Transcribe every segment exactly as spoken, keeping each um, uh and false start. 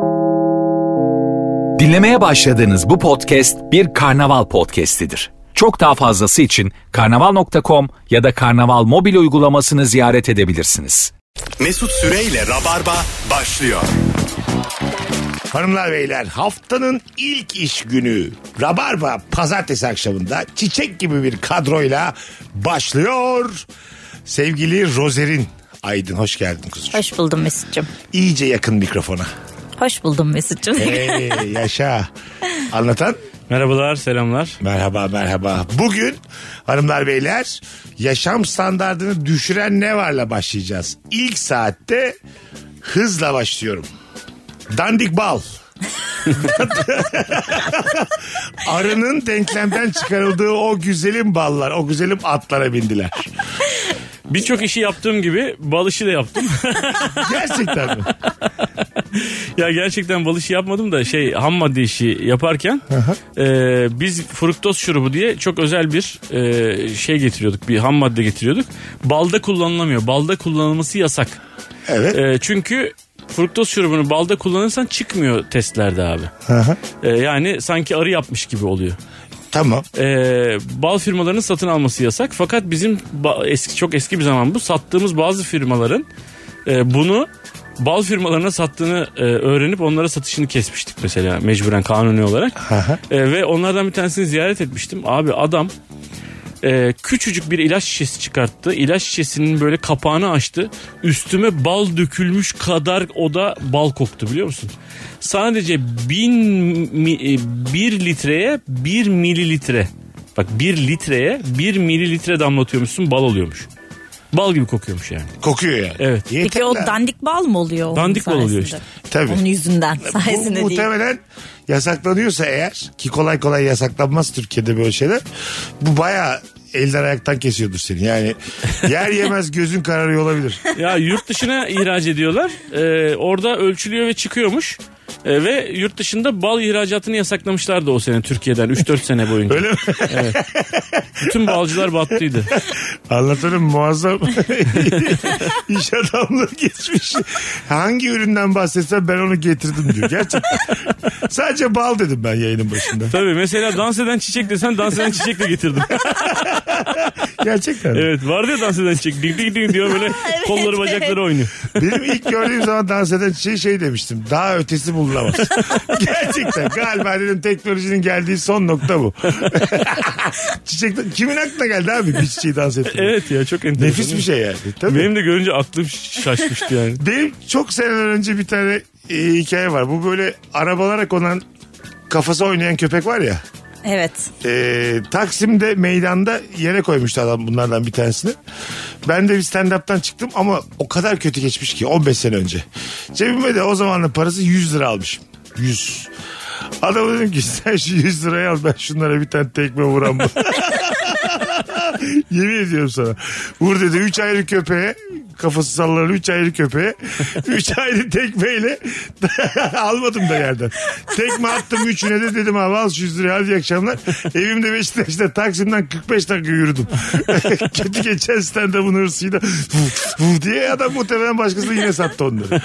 Dinlemeye başladığınız bu podcast bir karnaval podcastidir. Çok daha fazlası için karnaval nokta com ya da karnaval mobil uygulamasını ziyaret edebilirsiniz. Mesut Süreyle Rabarba başlıyor. Hanımlar beyler, haftanın ilk iş günü Rabarba pazartesi akşamında çiçek gibi bir kadroyla başlıyor. Sevgili Rozerin Aydın, hoş geldin kuzucuğum. Hoş buldum Mesut'cum. İyice yakın mikrofona. Hoş buldum Mesut'cum. Hey yaşa. Anlatan? Merhabalar, selamlar. Merhaba, merhaba. Bugün hanımlar beyler yaşam standartını düşüren ne varla başlayacağız. İlk saatte hızla başlıyorum. Dandik bal. Arının denklemden çıkarıldığı o güzelim ballar, o güzelim atlara bindiler. Birçok işi yaptığım gibi bal işi de yaptım. Gerçekten mi? Ya gerçekten bal işi yapmadım da şey ham madde işi yaparken e, biz fruktoz şurubu diye çok özel bir e, şey getiriyorduk, bir ham madde getiriyorduk. Balda kullanılamıyor, balda kullanılması yasak. Evet. E, çünkü fruktoz şurubunu balda kullanırsan çıkmıyor testlerde abi. E, yani sanki arı yapmış gibi oluyor. Tamam. Ee, bal firmalarının satın alması yasak. Fakat bizim ba- eski çok eski bir zaman bu. Sattığımız bazı firmaların e, bunu bal firmalarına sattığını e, öğrenip onlara satışını kesmiştik mesela mecburen kanuni olarak. E, ve onlardan bir tanesini ziyaret etmiştim. Abi adam e, küçücük bir ilaç şişesi çıkarttı. İlaç şişesinin böyle kapağını açtı. Üstüme bal dökülmüş kadar o da bal koktu, biliyor musun? Sadece bin, bir litreye bir mililitre. Bak bir litreye bir mililitre damlatıyormuşsun, bal oluyormuş. Bal gibi kokuyormuş yani. Kokuyor yani. Evet. Peki Yeter o lan. dandik bal mı oluyor? Dandik bal sayesinde? oluyor işte. Tabii. Onun yüzünden Bu sayesinde değil. muhtemelen yasaklanıyorsa eğer, ki kolay kolay yasaklanmaz Türkiye'de böyle şeyler. Bu bayağı elden ayaktan kesiyordur seni. Yani yer yemez gözün kararıyor olabilir. Ya yurt dışına ihraç ediyorlar. Ee, orada ölçülüyor ve çıkıyormuş. Ee, ve yurt dışında bal ihracatını yasaklamışlardı o sene Türkiye'den üç dört sene boyunca. Öyle mi? Evet. Bütün balcılar battıydı. Anlatanım muazzam iş adamlığı geçmiş. Hangi üründen bahsetsem ben onu getirdim diyor. Gerçekten. Sadece bal dedim ben yayının başında. Tabii mesela dans eden çiçek desen dans eden çiçek de getirdim. Gerçekten. Evet, vardı ya dans eden çiçek. Ding ding ding diyor böyle kolları bacakları oynuyor. Benim ilk gördüğüm zaman dans eden şey şey demiştim. Daha ötesi bulunamaz. Gerçekten. Galiba dedim teknolojinin geldiği son nokta bu. Çiçek, kimin aklına geldi abi bir çiçeği dans etmek? Evet ya, çok enteresan. Nefis bir şey yani. Tabii. Benim de görünce aklım şaşmıştı yani. Benim çok seneler önce bir tane e, hikaye var. Bu böyle arabalara konan kafası oynayan köpek var ya. Evet. E, Taksim'de meydanda yere koymuştu adam bunlardan bir tanesini. Ben de bir stand-up'tan çıktım ama o kadar kötü geçmiş ki on beş sene önce. Cebime de o zamanın parası yüz lira almışım. yüz. Adama dedim ki sen şu yüz lirayı al, ben şunlara bir tane tekme vuran bu. Yemin ediyorum sana. Vur dedi üç ayrı köpeğe, kafası sallanan üç ayrı köpeğe, üç ayrı tekmeyle almadım da yerden. Tekme attım üçüne de, dedim abi al şu yüz lirayı, hadi iyi akşamlar. Evimde Beşiktaş'ta Taksim'den kırk beş dakika yürüdüm. Kötü geçen stand-up'ın hırsıyla diye adam muhtemelen başkası yine sattı onları.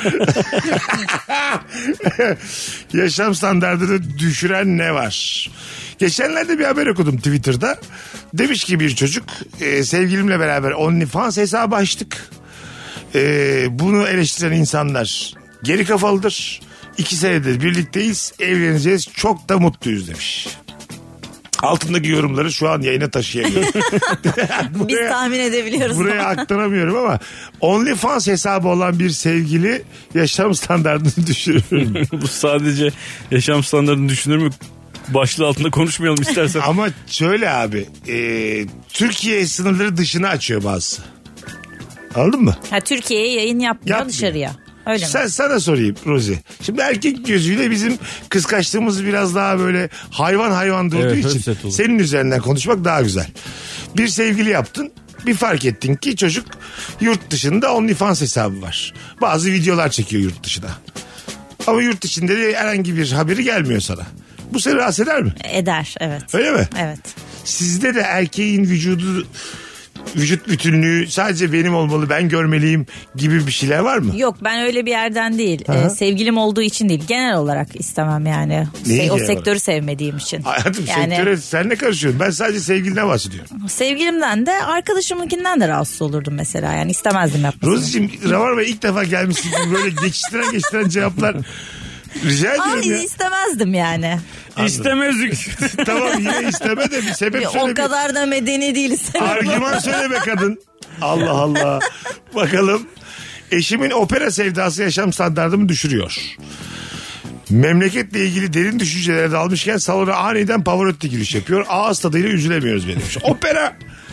Yaşam standartını düşüren ne var? Geçenlerde bir haber okudum Twitter'da. Demiş ki bir çocuk, e, sevgilimle beraber OnlyFans hesabı açtık. E, bunu eleştiren insanlar geri kafalıdır. İki senedir birlikteyiz, evleneceğiz, çok da mutluyuz demiş. Altındaki yorumları şu an yayına taşıyamıyorum. Biz tahmin edebiliyoruz. Buraya aktaramıyorum ama OnlyFans hesabı olan bir sevgili yaşam standartını düşürür mü? Bu sadece yaşam standartını düşünür mü? Başlığı altında konuşmayalım istersen. Ama şöyle abi, e, Türkiye sınırları dışına açıyor bazısı. Anladın mı? Ha, Türkiye'ye yayın yapmıyor, Yapmıyor. dışarıya. Öyle Sen, mi? sana sorayım Rozi. Şimdi erkek gözüyle bizim kıskaçlığımız biraz daha böyle hayvan hayvan durduğu Evet, için hırset olur. senin üzerinden konuşmak daha güzel. Bir sevgili yaptın. Bir fark ettin ki çocuk yurt dışında OnlyFans hesabı var. Bazı videolar çekiyor yurt dışına. Ama yurt içinde de herhangi bir haberi gelmiyor sana. Bu seni rahatsız eder mi? Eder, evet. Öyle mi? Evet. Sizde de erkeğin vücudu vücut bütünlüğü sadece benim olmalı, ben görmeliyim gibi bir şeyler var mı? Yok, ben öyle bir yerden değil. Ee, sevgilim olduğu için değil. Genel olarak istemem yani. Neyi Se- o genel sektörü olarak? sevmediğim için. Hayatım Yani- sektöre sen ne karışıyorsun? Ben sadece sevgilinden bahsediyorum. Sevgilimden de arkadaşımınkinden de rahatsız olurdum mesela. Yani istemezdim yapmasını. Rozi'cim Rabarba ilk defa gelmişsin gibi böyle geçiştiren geçiştiren cevaplar. Rica ediyorum Ay ya. istemezdim yani. İstemezdik. Tamam yine isteme de bir sebep söyle. O bir kadar da medeni değiliz. argüman söyle be kadın. Allah Allah. Bakalım. Eşimin opera sevdası yaşam standartımı düşürüyor. Memleketle ilgili derin düşüncelere dalmışken salona aniden Pavarotti giriş yapıyor. Ağız tadıyla üzülemiyoruz benim. Opera.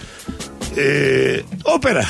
Ee, opera.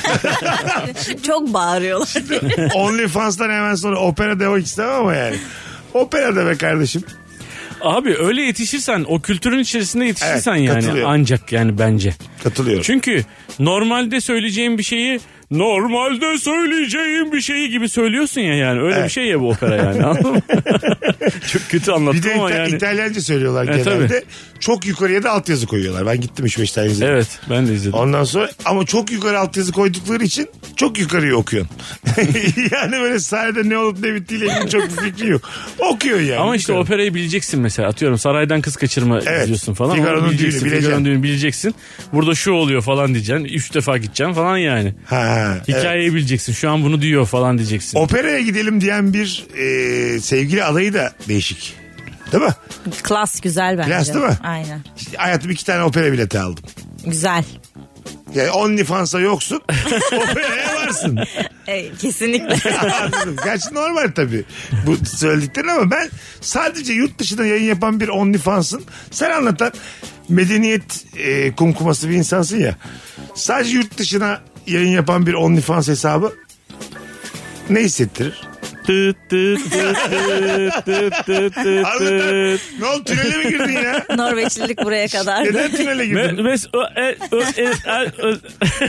Çok bağırıyorlar. OnlyFans'tan hemen sonra opera demek istemem ama yani. Opera de be kardeşim. Abi öyle yetişirsen, o kültürün içerisinde yetişirsen Evet, yani katılıyorum. ancak yani bence. Katılıyorum. Çünkü normalde söyleyeceğim bir şeyi normalde söyleyeceğim bir şeyi gibi söylüyorsun ya yani. Öyle Evet. bir şey ya bu opera yani. Anladın mı? Çok kötü Bir anlattım de ama İta- yani. İtalyanca söylüyorlar E, genelde. tabii. Çok yukarıya da altyazı koyuyorlar. Ben gittim üç beş tane izledim. Evet, ben de izledim. Ondan sonra ama çok yukarı altyazı koydukları için çok yukarıyı okuyorsun. Yani böyle sahnede ne olup ne bittiğiyle ilgili çok bir fikri yok. Okuyor yani. Ama işte yukarı. operayı bileceksin mesela. Atıyorum Saraydan Kız Kaçırma Evet. izliyorsun falan. Figaro'nun Onu bileceksin. düğünü, bileceksin. Figaro'nun düğünü bileceksin. Burada şu oluyor falan diyeceksin. Üç defa gideceksin falan yani. Ha, Hikayeyi evet. bileceksin. Şu an bunu diyor falan diyeceksin. Operaya gidelim diyen bir e, sevgili adayı da değişik. Değil mi? Klas güzel bence. Klas değil mi? Aynen. İşte hayatım iki tane opera bileti aldım. Güzel. Yani OnlyFans'a yoksun. Operaya varsın. E, kesinlikle. Anladım. Gerçi normal tabii bu söylediklerin ama ben sadece yurt dışında yayın yapan bir OnlyFans'ın sen anlatan medeniyet e, kumkuması bir insansın ya. Sadece yurt dışına yayın yapan bir OnlyFans hesabı ne hissettirir? Tıt tıt tıt tıt tıt tıt tıt Anlatan tıt. ne oldu tünele mi girdin ya? Norveçlilik buraya kadar. Neden tünele Me- girdin? mes- ö- e- ö- e- e- ö-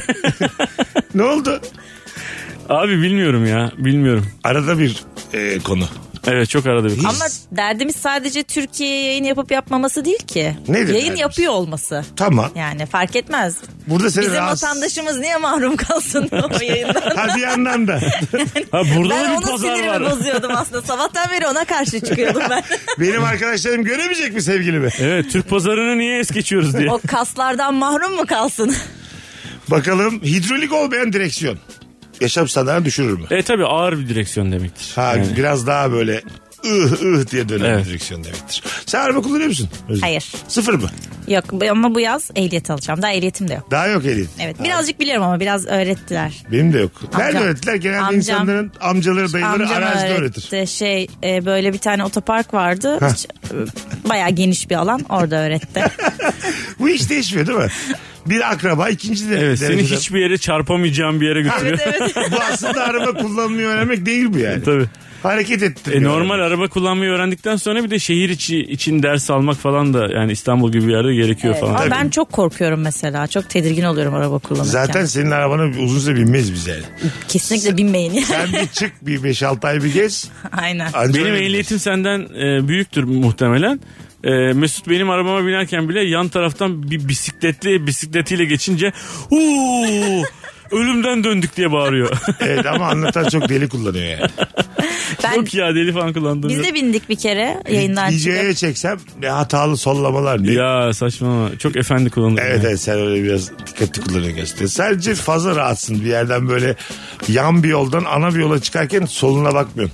Ne oldu? Abi bilmiyorum ya, bilmiyorum. Arada bir e, konu. Evet, çok arada bir. Ama derdimiz sadece Türkiye'ye yayın yapıp yapmaması değil ki. Nedir Yayın derdimiz? yapıyor olması. Tamam. Yani fark etmez. Burada seni Bizim rahatsız... vatandaşımız niye mahrum kalsın o yayından? Ha bir yandan da. Ha, burada Ben da bir onun pazar sinirimi var. bozuyordum aslında. Sabahtan beri ona karşı çıkıyordum ben. Benim arkadaşlarım göremeyecek mi sevgilimi? Evet, Türk pazarını niye es geçiyoruz diye. O kaslardan mahrum mu kalsın? Bakalım hidrolik olmayan direksiyon. Yaşam standartını düşürür mü? E tabi ağır bir direksiyon demektir. Ha Yani. biraz daha böyle ıh ıh diye dönen Evet. bir direksiyon demektir. Sen araba kullanıyor musun? Özlem? Hayır. Sıfır mı? Yok ama bu yaz ehliyet alacağım. Daha ehliyetim de yok. Daha yok ehliyet. Evet, birazcık biliyorum ama biraz öğrettiler. Benim de yok. Nerede Amcam. öğrettiler? Genelde Amcam. insanların amcaları dayıları Amcam arazide öğretti. öğretir. Şey e, böyle bir tane otopark vardı. Hiç, e, bayağı geniş bir alan, orada öğretti. Bu hiç değişmiyor değil mi? Bir akraba ikinci de Evet, seni derecede- hiçbir yere çarpamayacağım bir yere götürüyor. Evet evet. Bu aslında araba kullanmayı öğrenmek değil bu yani. Tabii. Hareket ettir. E, normal araba kullanmayı öğrendikten sonra bir de şehir içi için ders almak falan da yani İstanbul gibi bir yerde gerekiyor Evet, falan. ama ben çok korkuyorum mesela. Çok tedirgin oluyorum araba kullanırken. Zaten senin arabana uzun süre binmeyiz biz yani. Kesinlikle binmeyin yani. Sen bir çık bir beş altı ay bir gez. Aynen. Anca Benim öyle ehliyetim senden e, büyüktür muhtemelen. E, Mesut benim arabama binerken bile yan taraftan bir bisikletli bisikletiyle geçince uuu ölümden döndük diye bağırıyor. Evet ama anlatan çok deli kullanıyor yani. Ben, Yok ya, deli falan kullandım. biz de bindik bir kere yayından D J'ye çıkıp. çeksem ne hatalı sollamalar ne. Ya saçmalama, çok efendi kullanıyor. Evet evet sen öyle biraz dikkatli kullanıyorsun gerçekten. Sadece fazla rahatsın bir yerden böyle yan bir yoldan ana bir yola çıkarken soluna bakmıyorsun.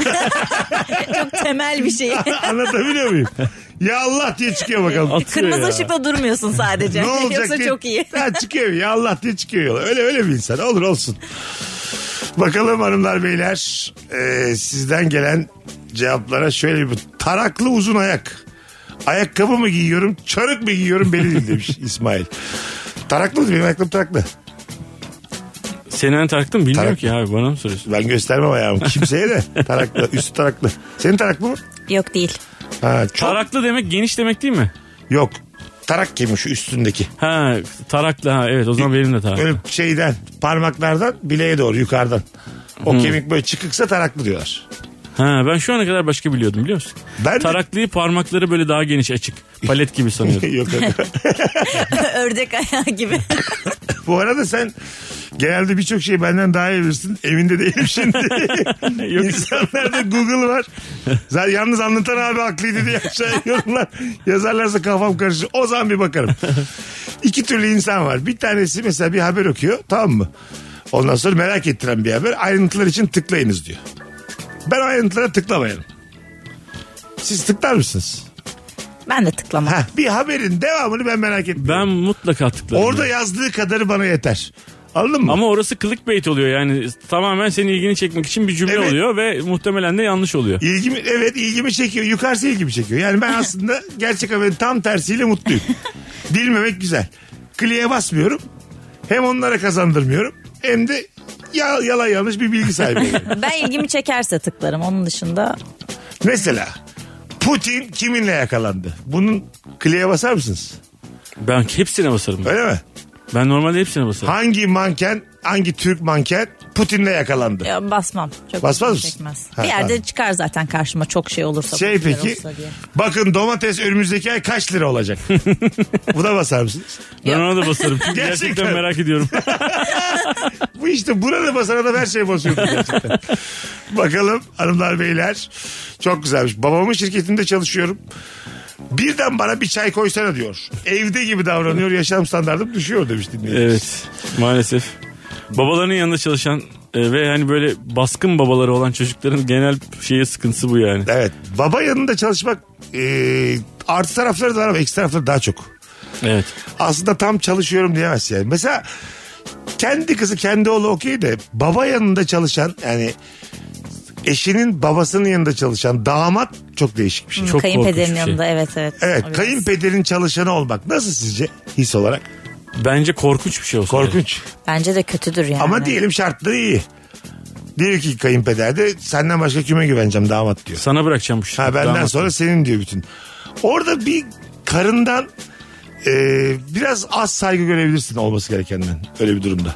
Çok temel bir şey. Anlatabiliyor muyum? Ya Allah diye çıkıyor bakalım. Atıyor Kırmızı ya. ışıkta durmuyorsun sadece. Ne olacak Yoksa diye- çok iyi. Ha, çıkıyor ya Allah diye çıkıyor yola. Öyle öyle bir insan olur olsun. Bakalım hanımlar beyler e, sizden gelen cevaplara şöyle bir taraklı uzun ayak. Ayakkabı mı giyiyorum çarık mı giyiyorum belli değil demiş İsmail. Taraklı mı? Benim ayakkabım taraklı. Senin taktın bilmiyorum Tarak- ki abi, bana mı soruyorsun? Ben göstermem ayağımı kimseye de taraklı üstü taraklı. Senin taraklı mı? Yok değil. Ha, çok... Taraklı demek geniş demek değil mi? Yok tarak kemiği şu üstündeki. Ha, taraklı, ha evet, o zaman benim de taraklı. Böyle şeyden parmaklardan bileğe doğru yukarıdan. O Hmm. kemik böyle çıkıksa taraklı diyorlar. Ha, ben şu ana kadar başka biliyordum, biliyor musun? Ben de- Taraklıyı parmakları böyle daha geniş, açık. Palet gibi sanıyordum. Yok yok. Ördek ayağı gibi. Bu arada sen genelde birçok şeyi benden daha iyi bilirsin. Evinde değilim şimdi. İnsanlarda Google var. Zaten yalnız anlatan abi haklıydı diye aşağıya yorumlar yazarlarsa kafam karışır. O zaman bir bakarım. İki türlü insan var. Bir tanesi mesela bir haber okuyor, tamam mı? Ondan sonra merak ettiren bir haber. Ayrıntılar için tıklayınız diyor. Ben ayrıntılara tıklamayalım. Siz tıklar mısınız? Ben de tıklamam. Heh, bir haberin devamını ben merak etmiyorum. Ben mutlaka tıklarım. Orada yazdığı kadarı bana yeter. Anladın mı? Ama orası clickbait oluyor yani, tamamen senin ilgini çekmek için bir cümle Evet. oluyor ve muhtemelen de yanlış oluyor. İlgimi, evet ilgimi çekiyor. Yukarısı ilgimi çekiyor. Yani ben aslında gerçek haberin tam tersiyle mutluyum. Bilmemek güzel. Kliğe basmıyorum. Hem onlara kazandırmıyorum. Hem de ya, yalan yanlış bir bilgi sahibi oluyorum. Ben ilgimi çekerse tıklarım. Onun dışında Mesela Putin kiminle yakalandı? Bunun kliğe basar mısınız? Ben hepsine basarım. Öyle mi? Ben normalde hepsine basarım. Hangi manken, hangi Türk manken Putin'le yakalandı? ya basmam. Çok Basmaz ilgimi mısın? çekmez. Ha, bir yerde tamam. çıkar zaten karşıma çok şey olursa. Şey popüler peki, olursa diye. bakın domates önümüzdeki ay kaç lira olacak? Buna basar mısınız? Ben ona da basarım. Çünkü Gerçekten. gerçekten merak ediyorum. Bu işte burada basar adam her şeye basıyor gerçekten. Bakalım hanımlar beyler. Çok güzelmiş. Babamın şirketinde çalışıyorum. Birden bana bir çay koysana diyor. Evde gibi davranıyor, yaşam standartım düşüyor demiş dinleyicimiz. Evet, maalesef. Babalarının yanında çalışan e, ve hani böyle baskın babaları olan çocukların genel şeyi, sıkıntısı bu yani. Evet. Baba yanında çalışmak e, artı tarafları da var ama eksi tarafları daha çok. Evet. Aslında tam çalışıyorum diyemezsin yani. Mesela kendi kızı kendi oğlu okey de baba yanında çalışan, yani eşinin babasının yanında çalışan damat çok değişik bir şey. Çok Kayınpederin korkunç bir şey. yanında evet evet. Evet, O biraz- kayınpederin çalışanı olmak nasıl sizce his olarak? Bence korkunç bir şey olsun. Korkunç. Bence de kötüdür yani. Ama diyelim şartları iyi. Diyor ki kayınpeder de senden başka kime güveneceğim damat diyor. Sana bırakacağım bu şeyi. Ha, benden Damat. sonra senin diyor bütün. Orada bir karından e, biraz az saygı görebilirsin olması gerekenden öyle bir durumda.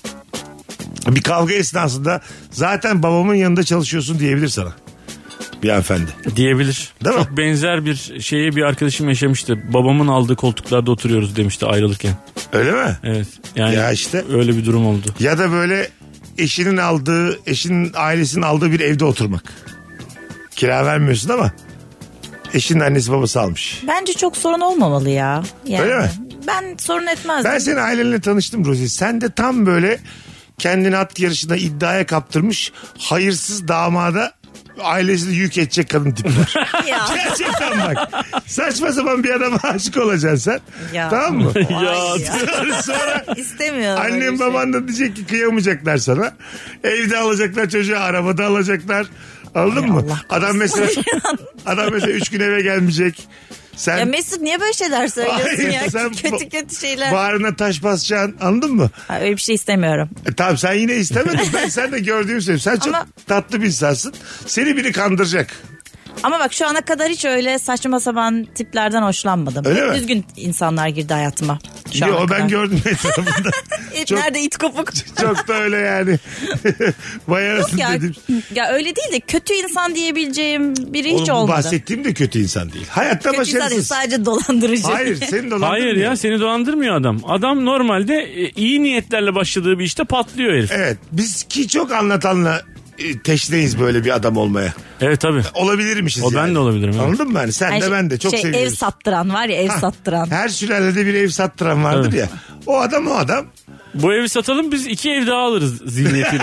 Bir kavga esnasında zaten babamın yanında çalışıyorsun diyebilir sana bir hanımefendi. Diyebilir. Değil Çok mi? benzer bir şeye bir arkadaşım yaşamıştı. Babamın aldığı koltuklarda oturuyoruz demişti ayrılırken. Öyle mi? Evet. Yani Ya işte. öyle bir durum oldu. Ya da böyle eşinin aldığı, eşinin ailesinin aldığı bir evde oturmak. Kira vermiyorsun ama eşinin annesi babası almış. Bence çok sorun olmamalı ya. Yani Öyle mi? Ben sorun etmezdim. Ben senin ailenle tanıştım Rozi. Sen de tam böyle kendini at yarışına iddiaya kaptırmış hayırsız damada ailesini yük edecek kadın tipi var. Ya. Gerçekten bak. Saçma sapan bir adama aşık olacaksın sen. Ya. Tamam mı? Ya. Ay ya. Sonra İstemiyorum. öyle annem bir şey. baban da diyecek ki kıyamayacaklar sana. Evde alacaklar çocuğu, arabada alacaklar. Anladın Ay mı? Allah Adam mesela adam mesela üç gün eve gelmeyecek. Sen Ya Mesut niye böyle şeyler söylüyorsun Hayır, ya? sen Kötü bu- kötü şeyler. bağrına taş basacaksın, anladın mı? Ha, öyle bir şey istemiyorum. E, tamam sen yine istemedin. Ben sen de gördüğüm söyleyeyim. Sen çok Ama- tatlı bir insansın. Seni biri kandıracak. Ama bak şu ana kadar hiç öyle saçma sapan tiplerden hoşlanmadım. Öyle Hep mi? düzgün insanlar girdi hayatıma. Şu ana Yo, kadar. ben gördüm etrafında. Hep çok- nerede it kopuk. Çok da öyle yani. Vay Yok arasın ya, dedim. ya öyle değil de kötü insan diyebileceğim biri hiç Oğlum, bu olmadı. bahsettiğim de kötü insan değil. Hayatta Kötü insan değil, başarısız. sadece dolandırıcı. Hayır senin dolandırmıyor. Hayır ya, seni dolandırmıyor adam. Adam normalde e, iyi niyetlerle başladığı bir işte patlıyor herif. Evet, Evet biz ki çok anlatanla e, teşneyiz böyle bir adam olmaya. tabii. Olabilirmişiz O ben yani. de olabilirim, evet. Anladın mı? Yani sen Yani de ben de çok şey, seviyoruz. ev sattıran var ya ev Ha, sattıran. Her sülalede bir ev sattıran vardır Evet. ya. O adam o adam. Bu evi satalım, biz iki ev daha alırız zihniyetiyle.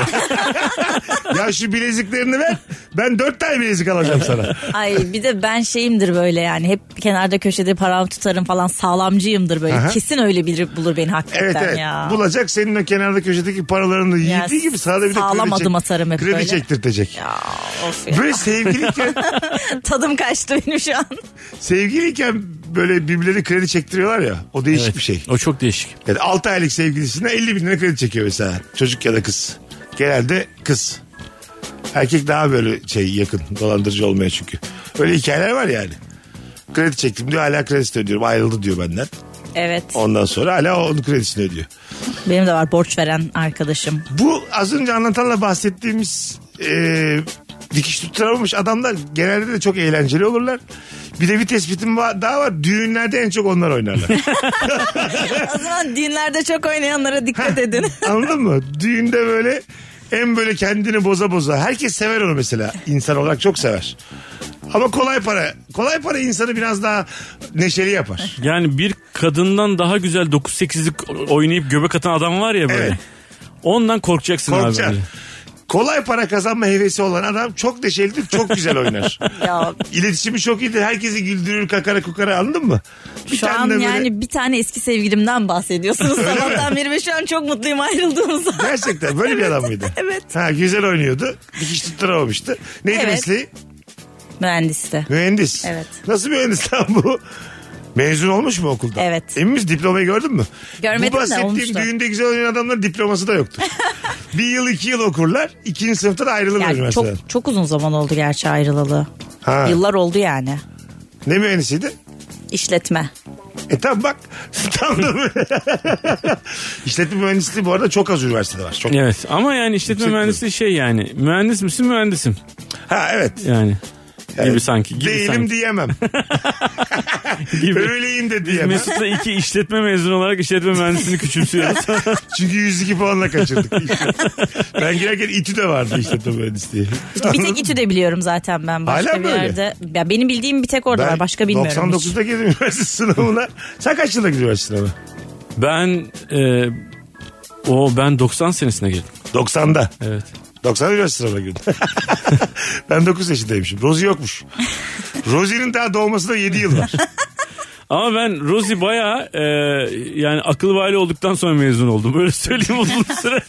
Ya şu bileziklerini ver. Ben dört tane bilezik alacağım sana. Ay bir de ben şeyimdir böyle yani hep kenarda köşede paramı tutarım falan sağlamcıyımdır böyle. Aha. Kesin öyle biri bulur beni hakikaten Evet evet. ya. Bulacak senin o kenarda köşedeki paralarını Ya, yediği gibi sana da bir de sağlam kredi, adım atarım hep kredi böyle. çektirtecek. Ya of ya. Böyle sevgiliyken Tadım kaçtı benim şu an. sevgiliyken böyle birbirleri kredi çektiriyorlar ya. O değişik Evet, bir şey. o çok değişik. Yani altı aylık sevgilisine elli bin lira kredi çekiyor mesela. Çocuk ya da kız. Genelde kız. Erkek daha böyle şey yakın dolandırıcı olmaya çünkü. Öyle hikayeler var yani. Kredi çektim diyor, hala kredisini ödüyorum. Ayrıldı diyor benden. Evet. Ondan sonra hala onun kredisini ödüyor. Benim de var borç veren arkadaşım. Bu az önce anlatanla bahsettiğimiz e, dikiş tutturamamış adamlar genelde de çok eğlenceli olurlar. Bir de bir tespitim var, daha var. Düğünlerde en çok onlar oynarlar. O zaman düğünlerde çok oynayanlara dikkat edin. Anladın mı? Düğünde böyle en böyle kendini boza boza. Herkes sever onu mesela. İnsan olarak çok sever. Ama kolay para. Kolay para insanı biraz daha neşeli yapar. Yani bir kadından daha güzel dokuz sekizlik oynayıp göbek atan adam var ya böyle. Evet. Ondan korkacaksın Korkacaksın. abi. Kolay para kazanma hevesi olan adam çok neşelidir, çok güzel oynar. Ya İletişimi çok iyidir. Herkesi güldürür, kakara kukara, anladın mı? Bir şu an de böyle- yani bir tane eski sevgilimden bahsediyorsunuz sabahtan beri ve şu an çok mutluyum ayrıldığımızda. Gerçekten böyle bir adam mıydı? Evet. Ha, güzel oynuyordu. Dikiş tutturamamıştı. Neydi Evet. mesleği? Mühendisti. Mühendis. Evet. Nasıl mühendis lan bu? Mezun olmuş mu okulda? Evet. Emin misin, diplomayı gördün mü? Görmedim Bu de bahsettiğim olmuştu. düğünde güzel oynayan adamların diploması da yoktur. Bir yıl iki yıl okurlar. İkinci sınıfta da ayrılırlar Yani mesela. çok çok uzun zaman oldu gerçi ayrılalı. Ha. Yıllar oldu yani. Ne mühendisiydi? İşletme. E tamam bak. Tam da böyle. İşletme mühendisliği bu arada çok az üniversitede var. Çok. Evet ama yani işletme Yüksek mühendisliği şey yani. Mühendis misin mühendisim. Ha evet. Yani. Gibi Evet. sanki. Gibi Değilim sanki. diyemem. Gibi. Öyleyim de diyemem. Mesut'la iki işletme mezunu olarak işletme mühendisliğini küçümsüyoruz. Çünkü yüz iki puanla kaçırdık. Ben girerken İTÜ de vardı işletme mühendisliği. İşte bir tek İTÜ'de biliyorum zaten ben. Başka Hala bir mı öyle? yerde. Ya benim bildiğim bir tek orada var. Başka bilmiyorum doksan hiç. dokuzda girdim üniversite sınavına. Sen kaç yılda gidiyorsun üniversite sınavına? Ben e, o ben doksan senesine girdim. doksanda. Evet. doksan üniversite sınavına girdim. Ben dokuz yaşındaymışım. Rozi yokmuş. Rozi'nin daha doğmasına yedi yıl var. Ama ben Rosie bayağı e, yani akıl vali olduktan sonra mezun oldum. Böyle söyleyeyim uzun süre.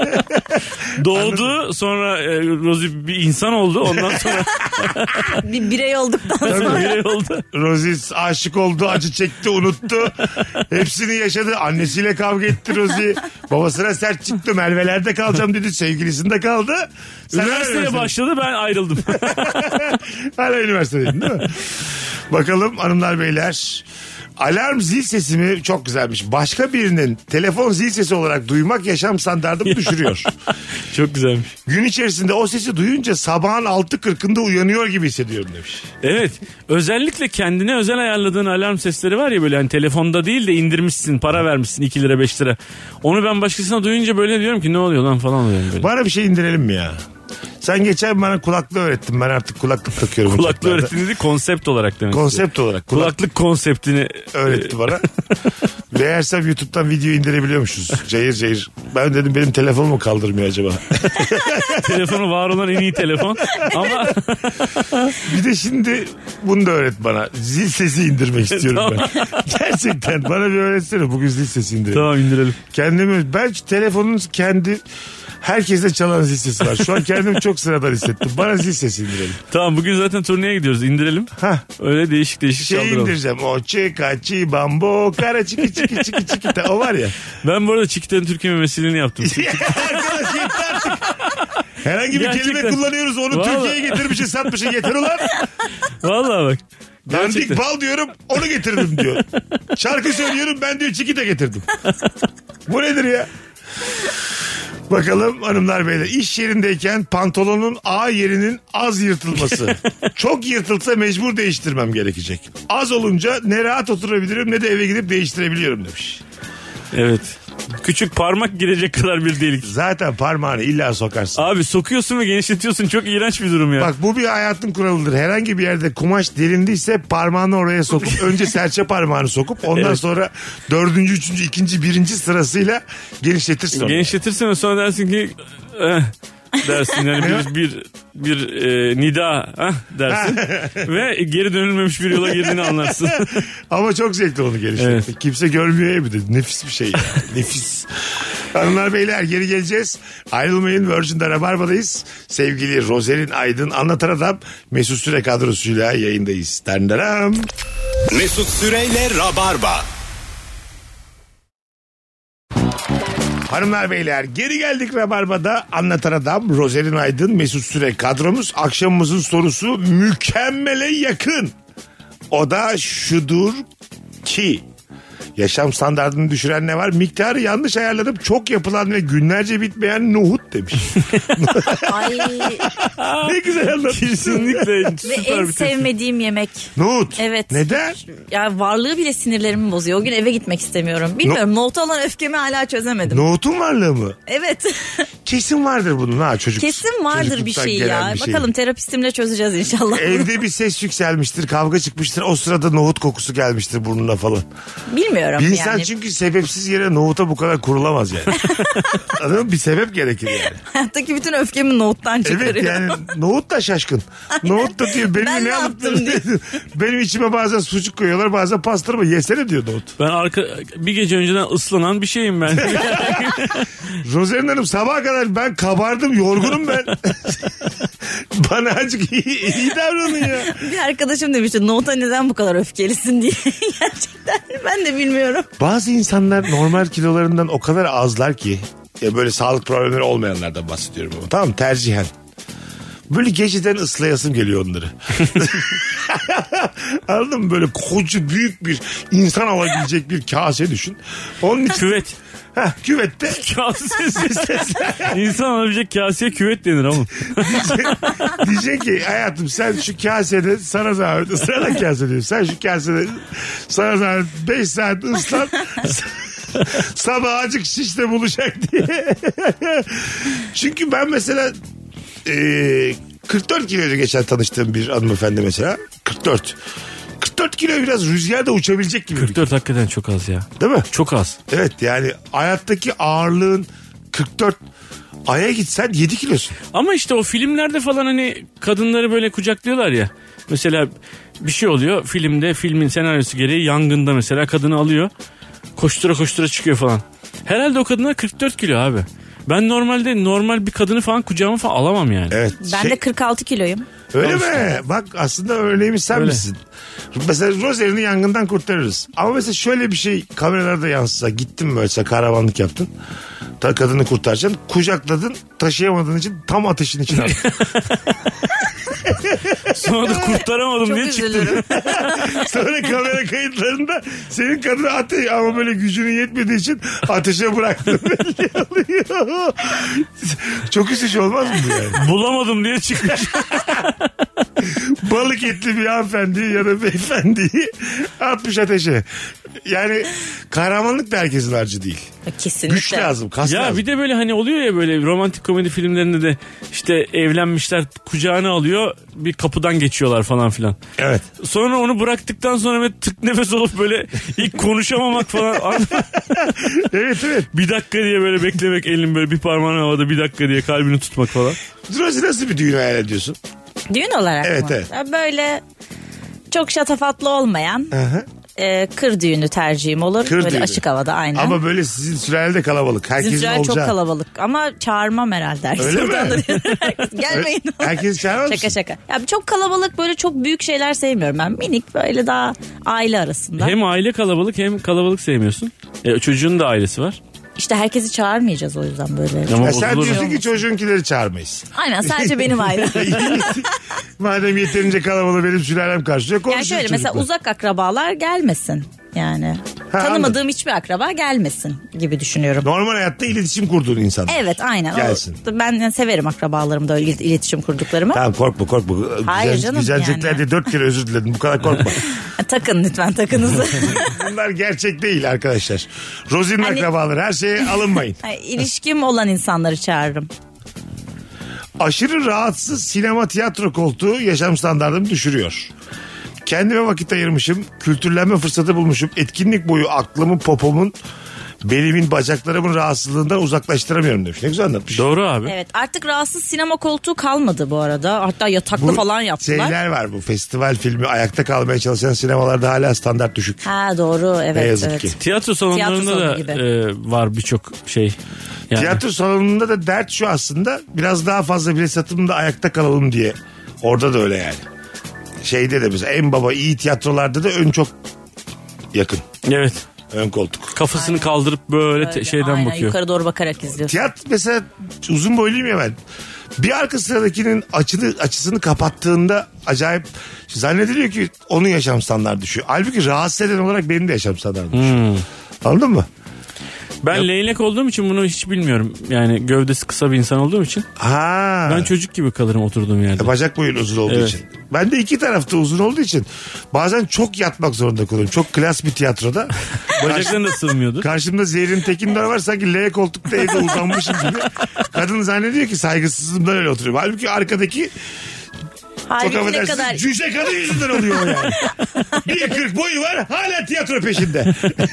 Doğdu sonra e, Rosie bir insan oldu. Ondan sonra Bir birey olduktan sonra. birey oldu. Rozi aşık oldu, acı çekti, unuttu. Hepsini yaşadı. Annesiyle kavga etti Rozi. Babasına sert çıktı. Merve'lerde kalacağım dedi. Sevgilisinde kaldı. Sen hala Üniversiteye üniversitede- başladı ben ayrıldım. Hala üniversitedeydin değil mi? Bakalım hanımlar beyler. Alarm zil sesi mi? Çok güzelmiş. Başka birinin telefon zil sesi olarak duymak yaşam standartımı düşürüyor. Çok güzelmiş. Gün içerisinde o sesi duyunca sabahın altı kırkında uyanıyor gibi hissediyorum demiş. Evet. Özellikle kendine özel ayarladığın alarm sesleri var ya böyle hani telefonda değil de indirmişsin, para vermişsin iki lira beş lira. Onu ben başkasına duyunca böyle diyorum ki ne oluyor lan falan oluyorum böyle. Bana bir şey indirelim mi ya? Sen geçen bana kulaklığı öğrettin. Ben artık kulaklık takıyorum. Kulaklık uçaklarda. öğrettiğini değil konsept olarak demek Konsept istiyorum. olarak. Kulak Kulaklık konseptini öğretti bana. Meğersem YouTube'dan video indirebiliyormuşuz. Cayır cayır. Ben dedim benim telefonumu kaldırmıyor acaba? telefonu var olan en iyi telefon. Ama Bir de şimdi bunu da öğret bana. Zil sesi indirmek istiyorum ben. Gerçekten bana bir öğretsene. Bugün zil sesi indirelim. tamam indirelim. Kendimi, ben telefonun kendi herkeste çalan zil sesi var. Şu an kendimi çok sıradan hissettim. Bana zil sesi indirelim. Tamam bugün zaten turneye gidiyoruz indirelim. Hah. Öyle değişik değişik Şey çaldıralım. indireceğim. O çika çi bambo kara çiki çiki çiki çiki. O var ya. Ben bu arada Çikita'nın Türkiye memesiliğini yaptım. Arkadaş yeter artık. Herhangi bir kelime Gerçekten. kullanıyoruz. Onu Vallahi. Türkiye'ye getirmişsin satmışsın. Yeter ulan. Vallahi bak. Dandik Gerçekten. bal diyorum onu getirdim diyor. Şarkı söylüyorum ben diyor çikita getirdim. Bu nedir ya? Bakalım hanımlar beyler, iş yerindeyken pantolonun A yerinin az yırtılması. Çok yırtılsa mecbur değiştirmem gerekecek. Az olunca ne rahat oturabilirim ne de eve gidip değiştirebiliyorum demiş. Evet. Küçük parmak girecek kadar bir delik. Zaten parmağını illa sokarsın. Abi sokuyorsun ve genişletiyorsun. Çok iğrenç bir durum ya. Bak bu bir hayatın kuralıdır. Herhangi bir yerde kumaş derindiyse parmağını oraya sokup önce serçe parmağını sokup ondan Evet. sonra dördüncü, üçüncü, ikinci, birinci sırasıyla genişletirsin onu. Genişletirsen ve sonra dersin ki eh, dersin yani bir bir, bir e, nida ah, dersin ve geri dönülmemiş bir yola girdiğini anlarsın. Ama çok zevkli onu genişletmek. Evet. Kimse görmüyor ya bir de. Nefis bir şey ya. Nefis. Hanımlar beyler geri geleceğiz. Ayrılmayın, Virgin'de Rabarba'dayız. Sevgili Rozerin Aydın Anlatan Adam Mesut Süre kadrosuyla yayındayız. Denderam. Mesut Süreyle Rabarba. Hanımlar beyler geri geldik Rabarba'da. Anlatan Adam Rozerin Aydın Mesut Süre kadromuz. Akşamımızın sorusu mükemmele yakın. O da şudur ki Yaşam standartını düşüren ne var? Miktarı yanlış ayarladım. Çok yapılan ve günlerce bitmeyen nohut demiş. Ay. Ne güzel anlatmışsın. Kesinlikle Ve süper en bir sevmediğim yemek. Nohut. Evet. Neden? Ya varlığı bile sinirlerimi bozuyor. O gün eve gitmek istemiyorum. Bilmiyorum. Nohuta olan öfkemi hala çözemedim. Nohutun varlığı mı? Evet. Kesin vardır bunun ha çocuk. Kesin vardır bir çocukluktan şey gelen ya. bir şey. Bakalım terapistimle çözeceğiz inşallah. Evde bir ses yükselmiştir, kavga çıkmıştır. O sırada nohut kokusu gelmiştir burnuna falan. Bilmiyorum Bir insan yani. çünkü sebepsiz yere nohuta bu kadar kurulamaz yani. Anladın mı? Bir sebep gerekir yani. Hayattaki bütün öfkemi nohuttan çıkarıyor. Evet yani nohut da şaşkın. Nohut da diyor benim Ben ne ne alıp yaptım diye. benim içime bazen sucuk koyuyorlar, bazen pastırma, yesene diyor nohut. Ben arka bir gece önceden ıslanan bir şeyim ben. Rozerin Hanım sabaha kadar ben kabardım, yorgunum ben. Bana azıcık iyi, iyi davranın ya. Bir arkadaşım demişti nohuta neden bu kadar öfkelisin diye. Gerçekten ben de bilmiyorum. Bazı insanlar normal kilolarından o kadar azlar ki, ya böyle sağlık problemleri olmayanlardan bahsediyorum ama tamam, tercihen. Böyle geceden ıslayasım geliyor onları. Anladın mı? Böyle koca büyük bir insan alabilecek bir kase düşün. Onun için... Küvet. Heh, küvette. Kasesi. İnsan alabilecek kaseye küvet denir ama. Diyecek ki hayatım sen şu kasede sana zahmet ısrarla kase diyor. Sen şu kasede sana zahmet beş saat ıslan. Sabah acık şişle bulacak diye. Çünkü ben mesela e, kırk dört kiloydu geçen tanıştığım bir hanımefendi mesela. kırk dört. kırk dört kilo biraz rüzgarda uçabilecek gibi. kırk dört hakikaten çok az ya. Değil mi? Çok az. Evet yani hayattaki ağırlığın kırk dört, aya gitsen yedi kilosun. Ama işte o filmlerde falan hani kadınları böyle kucaklıyorlar ya. Mesela bir şey oluyor filmde, filmin senaryosu gereği yangında mesela kadını alıyor. Koştura koştura çıkıyor falan. Herhalde o kadına kırk dört kilo abi. Ben normalde normal bir kadını falan kucağıma falan alamam yani. Evet. Ben şey- de kırk altı kiloyum. Öyle Tamam mi? işte. Bak aslında örneğimiz sen Öyle. misin? Mesela Rozer'ini yangından kurtarırız. Ama mesela şöyle bir şey kameralarda yansısa, gittin mesela karavanlık yaptın. Ta kadını kurtaracaksın. Kucakladın, taşıyamadığın için tam ateşin içine attın. Sonra da kurtaramadım Çok diye çıktım. üzülürüm. Sonra kamera kayıtlarında senin kadını ateş ama böyle gücünün yetmediği için ateşe bıraktın belli oluyor. Çok üzücü olmaz mı bu yani? Bulamadım diye çıkmış. Balık etli bir hanımefendi ya da beyefendiyi atmış ateşe. Yani kahramanlık da herkesin harcı değil. Kesinlikle. Güç lazım, kas Ya lazım. bir de böyle hani oluyor ya böyle romantik komedi filmlerinde de işte evlenmişler kucağına alıyor bir kapıdan geçiyorlar falan filan. Evet. Sonra onu bıraktıktan sonra böyle tık nefes olup böyle ilk konuşamamak falan. Evet evet. Bir dakika diye böyle beklemek elin böyle bir parmağını havada bir dakika diye kalbini tutmak falan. Rozi nasıl bir düğün hayal ediyorsun? Düğün olarak Evet, mı? evet. Ya böyle çok şatafatlı olmayan Hı-hı. e, kır düğünü tercihim olur. Kır böyle düğünü. açık havada aynen. Ama böyle sizin sülalede kalabalık. Herkesin Bizim sürer olacağı. çok kalabalık ama çağırmam herhalde. Herkes Öyle mi? utanır. Herkes, gelmeyin. Herkes çağırmaz Şaka mısın? şaka. Ya çok kalabalık böyle çok büyük şeyler sevmiyorum ben. Minik böyle daha aile arasında. Hem aile kalabalık hem kalabalık sevmiyorsun. E, çocuğun da ailesi var. İşte herkesi çağırmayacağız o yüzden böyle. Ama Ya sen bozulur. diyorsun ki çocuğunkileri çağırmayız. Aynen sadece benim ailem. Madem yeterince kalabalık benim sülalem karşılıyor. Yani konuşuruz şöyle mesela çocukla. uzak akrabalar gelmesin. Yani Ha, tanımadığım anladım. hiçbir akraba gelmesin gibi düşünüyorum. Normal hayatta iletişim kurduğun insan. Evet aynen. O- Gelsin. ben yani severim akrabalarımda öyle il- iletişim kurduklarımı. Tamam korkma korkma. Hayır Güzel, canım, güzelcikler yani. diye dört kere özür diledim. Bu kadar korkma. Takın lütfen takınızı. Bunlar gerçek değil arkadaşlar. Rozi'nin Hani- akrabaları her şeye alınmayın. Yani ilişkim olan insanları çağırırım. Aşırı rahatsız sinema tiyatro koltuğu yaşam standartımı düşürüyor. Kendime vakit ayırmışım. Kültürlenme fırsatı bulmuşum. Etkinlik boyu aklımın, popomun, belimin, bacaklarımın rahatsızlığından uzaklaştıramıyorum demiş. Ne güzel anlatmış. Doğru abi. Evet artık rahatsız sinema koltuğu kalmadı bu arada. Hatta yataklı falan yaptılar. Şeyler var bu festival filmi ayakta kalmaya çalışan sinemalarda hala standart düşük. Ha doğru evet. Ne yazık evet. ki. Tiyatro salonlarında Tiyatro salonu da gibi. e, var birçok şey. Yani. Tiyatro salonunda da dert şu aslında, biraz daha fazla bilet satımında ayakta kalalım diye. Orada da öyle yani. Şeyde de mesela en baba iyi tiyatrolarda da ön çok yakın. Evet. Ön koltuk. Kafasını kaldırıp böyle te- Öyle, şeyden aynen, bakıyor. yukarı doğru bakarak izliyorsun. Tiyatro mesela uzun boyluyum ya ben. Bir arka sıradakinin açını, açısını kapattığında acayip zannediliyor ki onun yaşam standartı düşüyor. Halbuki rahatsız eden olarak benim de yaşam standartım düşüyor. Hmm. Anladın mı? Ben ya, leylek olduğum için bunu hiç bilmiyorum. Yani gövdesi kısa bir insan olduğum için. Ha. Ben çocuk gibi kalırım oturduğum yerde. Bacak boyun uzun olduğu evet. için. Ben de iki tarafta uzun olduğu için bazen çok yatmak zorunda kalıyorum. Çok klas bir tiyatroda. Bacaklarına sığmıyordu. Karşımda Zehrin Tekindar var, sanki L koltukta evde uzanmışım gibi. Kadın zannediyor ki saygısızlığımdan öyle oturuyorum. Halbuki arkadaki çok affedersin kadar... cüce kadın yüzünden oluyor yani. bir kırk boyu var, hala tiyatro peşinde.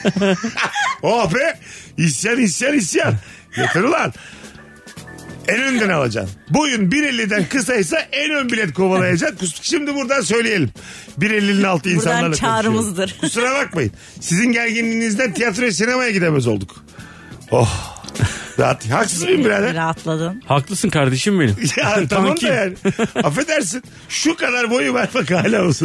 Oh be, isyan isyan isyan. Yeter ulan. En önden alacaksın. Boyun bir elli'den kısaysa en ön bilet kovalayacaksın. Şimdi buradan söyleyelim. bir elli'nin altı insanlarla buradan çağrımızdır. Kusura bakmayın. Sizin gerginliğinizden tiyatroya, sinemaya gidemez olduk. Oh. Rahat. Haksız mıyım birader? Rahatladın. Haklısın kardeşim benim. Ya tamam da yani. Affedersin. Şu kadar boyu var bak hala olsun.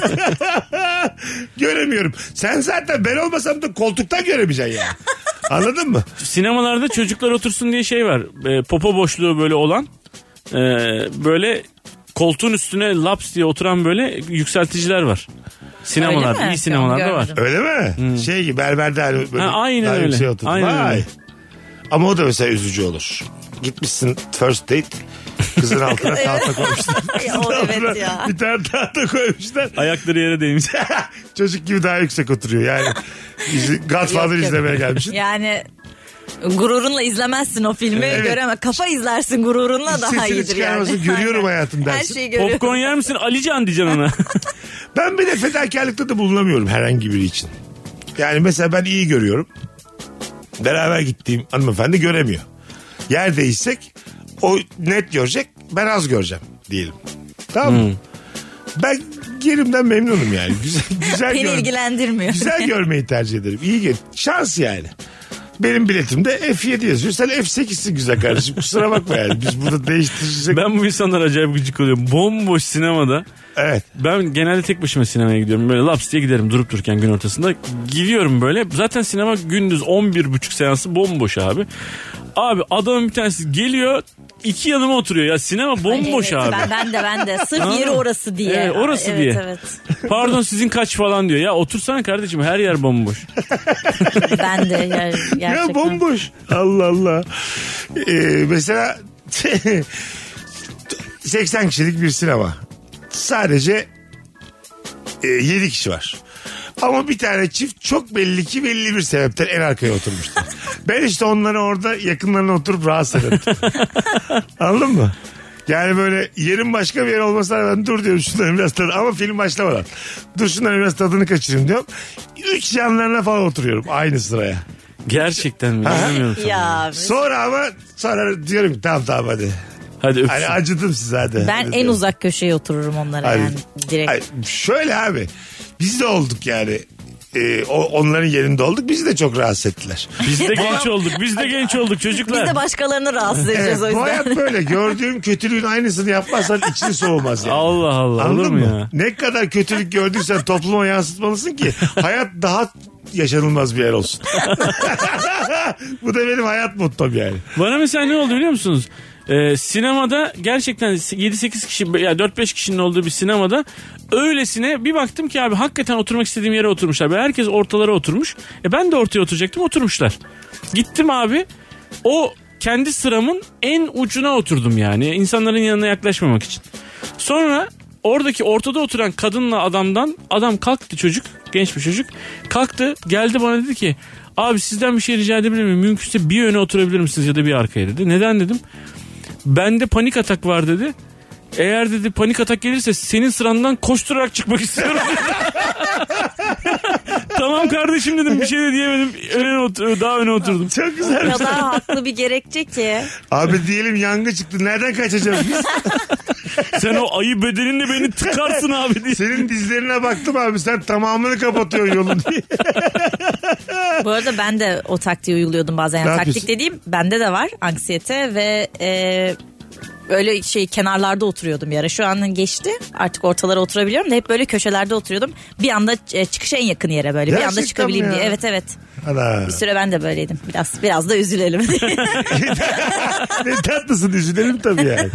Göremiyorum. Sen zaten ben olmasam da koltuktan göremeyeceksin yani. Anladın mı? Sinemalarda çocuklar otursun diye şey var. E, popo boşluğu böyle olan. E, böyle koltuğun üstüne laps diye oturan böyle yükselticiler var. Sinemalarda, iyi sinemalarda var. Öyle mi? Hmm. Şey gibi berberde hani böyle. Ha, aynen öyle. Şey aynen öyle. Ama o da mesela üzücü olur. Gitmişsin first date. Kızın altına tahta koymuşlar. o evet ya. Bir tane tahta koymuşlar. Ayakları yere değmiş. Çocuk gibi daha yüksek oturuyor yani. Godfather izlemeye gelmişsin. Yani gururunla izlemezsin o filmi. Evet. Göreme. Kafa izlersin gururunla Hiç daha iyidir yani. Görüyorum hayatım dersin. Her şeyi görüyorum. Popcorn yer misin? Alican diyeceksin ona. Ben bir de fedakarlıkta da bulunamıyorum herhangi biri için. Yani mesela ben iyi görüyorum. Beraber gittiğim hanımefendi göremiyor. Yer değişsek o net görecek, ben az göreceğim diyelim. Tamam mı? Hmm. Ben yerimden memnunum yani. Güzel, güzel Beni gör- ilgilendirmiyor. Güzel görmeyi tercih ederim. İyi gör. Şans yani. Benim biletimde F yedi yazıyor. Sen F sekizsin güzel kardeşim. Kusura bakma yani. Biz burada değiştirecek. Ben bu insanlar acayip gıcık oluyorum. Bomboş sinemada. Evet. Ben genelde tek başıma sinemaya gidiyorum. Böyle laps diye giderim durup dururken gün ortasında. Gidiyorum böyle. Zaten sinema gündüz on bir buçuk seansı bomboş abi. Abi adamın bir tanesi geliyor, iki yanıma oturuyor ya, sinema bomboş Ay, evet, abi. Ben, ben de ben de sırf yeri orası diye. Evet, orası evet, diye. Evet. Pardon sizin kaç falan diyor. Ya otursana kardeşim, her yer bomboş. Ben de yer, gerçekten. Ya bomboş. Allah Allah. Ee, mesela seksen kişilik bir sinema. Sadece e, yedi kişi var. Ama bir tane çift çok belli ki belli bir sebepten en arkaya oturmuştu. Ben işte onları orada yakınlarına oturup rahatsız ederim. Anladın mı? Yani böyle yerin başka bir yer olmasına ben dur diyorum şunların biraz tadını. Ama film başlamadan. Dur şunların biraz tadını kaçırayım diyorum. Üç yanlarına falan oturuyorum aynı sıraya. Gerçekten mi? Ya, sonra ama sonra diyorum ki tamam tamam hadi. Hadi hani acıdım size hadi. Ben hadi en uzak köşeye otururum onlara hadi. Yani direkt. Hadi. Şöyle abi biz de olduk yani. Ee, o, onların yerinde olduk. Bizi de çok rahatsız ettiler. Biz de genç olduk. Biz de genç olduk çocuklar. Biz de başkalarını rahatsız edeceğiz evet, o yüzden. Bu hayat böyle. Gördüğün kötülüğün aynısını yapmazsan için soğumaz yani. Allah Allah. Anladın olur mu mı? ya? Ne kadar kötülük gördüysen topluma yansıtmalısın ki hayat daha yaşanılmaz bir yer olsun. Bu da benim hayat mottom yani. Bana mesela ne oldu biliyor musunuz? Ee, sinemada gerçekten yedi sekiz kişi ya dört beş kişinin olduğu bir sinemada öylesine bir baktım ki abi hakikaten oturmak istediğim yere oturmuşlar. Böyle herkes ortalara oturmuş. E ben de ortaya oturacaktım, oturmuşlar. Gittim abi o kendi sıramın en ucuna oturdum yani insanların yanına yaklaşmamak için. Sonra oradaki ortada oturan kadınla adamdan adam kalktı, çocuk genç bir çocuk kalktı geldi bana dedi ki abi sizden bir şey rica edebilir miyim? Mümkünse bir öne oturabilir misiniz ya da bir arkaya dedi. Neden dedim. Bende panik atak var dedi. Eğer dedi panik atak gelirse senin sırandan koşturarak çıkmak istiyorum. Tamam kardeşim dedim, bir şey de diyemedim. Öne otur, daha öne oturdum. Çok güzel. O kadar haklı bir gerekçe ki. Abi diyelim yangın çıktı. Nereden kaçacağız biz? Sen o ayı bedeninle beni tıkarsın abi diye. Senin dizlerine baktım abi, sen tamamını kapatıyorsun yolun diye. Bu arada ben de o taktiği uyguluyordum bazen. Yani taktik dediğim bende de var, anksiyete ve e, öyle şey kenarlarda oturuyordum bir ara. Şu an geçti, artık ortalara oturabiliyorum da hep böyle köşelerde oturuyordum. Bir anda çıkışa en yakın yere böyle. Gerçekten bir anda çıkabileyim diye. Evet evet. Ana. Bir süre ben de böyleydim. Biraz biraz da üzülelim. Ne tatlısın, üzülelim tabii yani.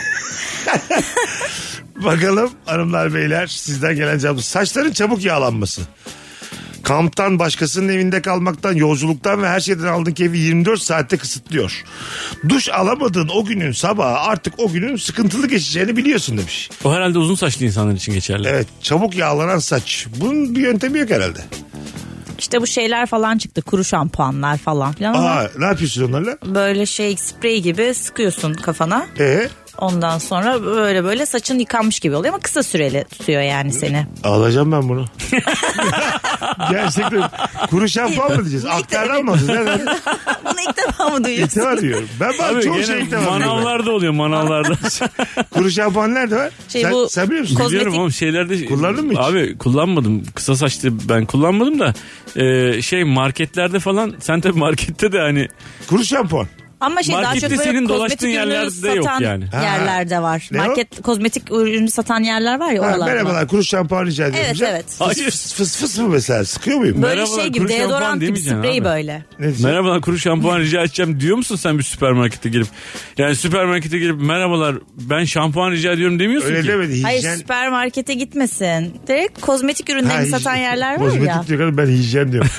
Bakalım hanımlar beyler sizden gelen cevap. Saçların çabuk yağlanması. Kamptan, başkasının evinde kalmaktan, yolculuktan ve her şeyden aldığın keyfi yirmi dört saatte kısıtlıyor. Duş alamadığın o günün sabahı artık o günün sıkıntılı geçeceğini biliyorsun demiş. O herhalde uzun saçlı insanlar için geçerli. Evet, çabuk yağlanan saç. Bunun bir yöntemi yok herhalde. İşte bu şeyler falan çıktı. Kuru şampuanlar falan filan. Ama Aa, ne yapıyorsun onlarla? böyle şey sprey gibi sıkıyorsun kafana. Ee? Ondan sonra böyle böyle saçın yıkanmış gibi oluyor ama kısa süreli tutuyor yani seni. Alacağım ben bunu. Gerçekten. Kuru şampuan mı diyeceğiz? Aktardan mı alacağız? Nereden? Bunu ilk defa mı İlk duyuyorsun? defa diyorum. Ben bana Abi çok gene şey ilk defa duyuyorum. manavlarda oluyor manavlarda. Kuru şampuan nerede var? Şey sen, bu- sen biliyor musun? Kozmetik- Biliyorum oğlum şeylerde. Kullandın mı hiç? Abi kullanmadım. Kısa saçlı ben kullanmadım da e, şey marketlerde falan sen tabii markette de hani Kuru şampuan. Ama şey daha markette çok böyle senin kozmetik dolaştığın ürünü yerlerde yok satan yani. Ha. yerlerde var. Ne o? Market kozmetik ürünü satan yerler var ya Ha, oralarda. merhabalar, kuru şampuan rica ediyorum. Evet, Güzel. evet. Fıs, Hayır. fıs, fıs fıs mı mesela? Sıkıyor muyum? Böyle Merhabalar, şey gibi kuru şampuan deodorant gibi demeyeceksin sprey abi. böyle. Ne diyeceğim? merhabalar kuru şampuan rica edeceğim diyor musun sen bir süpermarkete girip? Yani süpermarkete girip merhabalar ben şampuan rica ediyorum demiyorsun Öyle ki. demedi. Hijyen... Hayır süpermarkete gitmesin. Direkt kozmetik ürünlerini Ha, satan hij- yerler var kozmetik ya. diyor kadın, ben hijyen diyorum.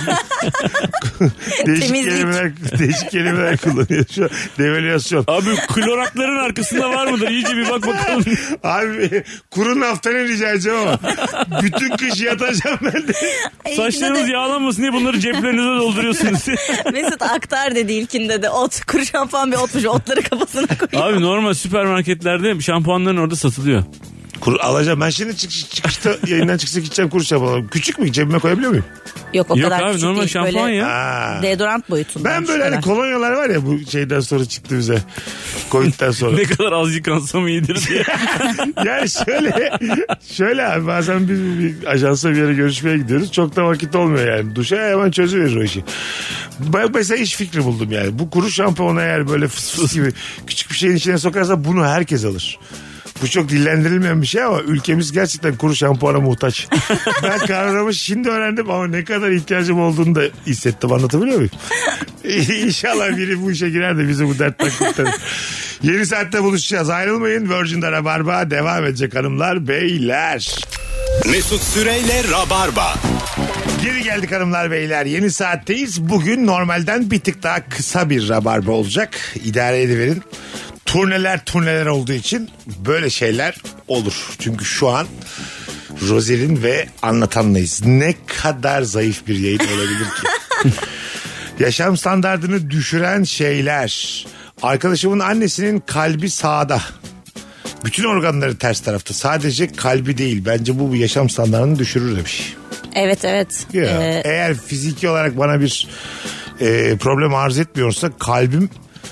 değişik Temizlik. kelimeler, değişik kelimeler kullanıyor şu an. Devalüasyon. Abi klorakların arkasında var mıdır? İyice bir bak bakalım. Abi kuru naftalin rica edeceğim ama bütün kış yatacağım ben de. Saçlarınız yağlanmasın diye bunları ceplerinize dolduruyorsunuz. Mesut aktar dedi ilkinde de ot. Kuru şampuan bir otmuş. Otları kafasına koyuyor. Abi normal süpermarketlerde şampuanların orada satılıyor. Kuru alacağım. Ben şimdi çıkış, çıkışta yayından çıksa gideceğim kuru şampuan. Küçük mü? Cebime koyabiliyor muyum? Yok o Yok kadar abi küçük normal değil. şampuan Böyle ya. Ha. deodorant boyutunda. Ben böyle hani kolonyalar var ya bu şeyden sonra çıktı bize. Covid'den sonra. Ne kadar az yıkansam iyidir diye. Yani şöyle şöyle abi bazen biz bir ajansa bir yere görüşmeye gidiyoruz. Çok da vakit olmuyor yani. Duşa hemen çözüverir o işi. Ben mesela iş fikri buldum yani. Bu kuru şampuanı eğer böyle fıs fıs gibi küçük bir şeyin içine sokarsa bunu herkes alır. Bu çok dillendirilmeyen bir şey ama ülkemiz gerçekten kuru şampuana muhtaç. Ben kavramı şimdi öğrendim ama ne kadar ihtiyacım olduğunu da hissettim. Anlatabiliyor muyum? İnşallah biri bu işe girer de bizi bu dertten kurtarır. Yeni saatte buluşacağız. Ayrılmayın. Virgin'de Rabarba devam edecek hanımlar beyler. Mesut Süreyle Rabarba. Geri geldik hanımlar beyler. Yeni saatteyiz. Bugün normalden bir tık daha kısa bir Rabarba olacak. İdare ediverin. Turneler turneler olduğu için böyle şeyler olur. Çünkü şu an Rozel'in ve Anlatan'layız. Ne kadar zayıf bir yayın olabilir ki? Yaşam standartını düşüren şeyler. Arkadaşımın annesinin kalbi sağda. Bütün organları ters tarafta. Sadece kalbi değil. Bence bu yaşam standartını düşürür demiş. Evet evet. Ya, Ee, eğer fiziki olarak bana bir e, problem arz etmiyorsa kalbim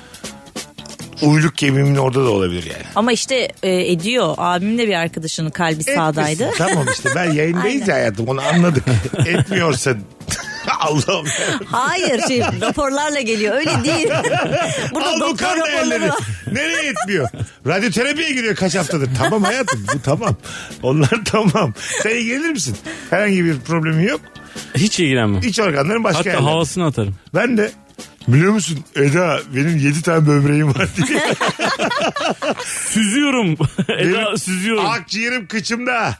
uyluk kemiğimin orada da olabilir yani. ama işte e, ediyor. Abimin de bir arkadaşının kalbi sağdaydı. Etmesin. Tamam işte ben yayındayız ya hayatım onu anladık. Etmiyorsa Allah'ım. Hayır şey raporlarla geliyor öyle değil. Burada Al bu doktor kan raporları değerleri. var. Nereye yetmiyor? Radyoterapiye giriyor kaç haftadır. Tamam hayatım bu tamam. Onlar tamam. Sen ilgilenir misin? Herhangi bir problemin yok. Hiç ilgilenmem. İç organların başka Hatta yerlerde. havasını atarım. Ben de biliyor musun Eda benim yedi tane böbreğim var diye. Süzüyorum. Eda Benim süzüyorum. akciğerim kıçımda.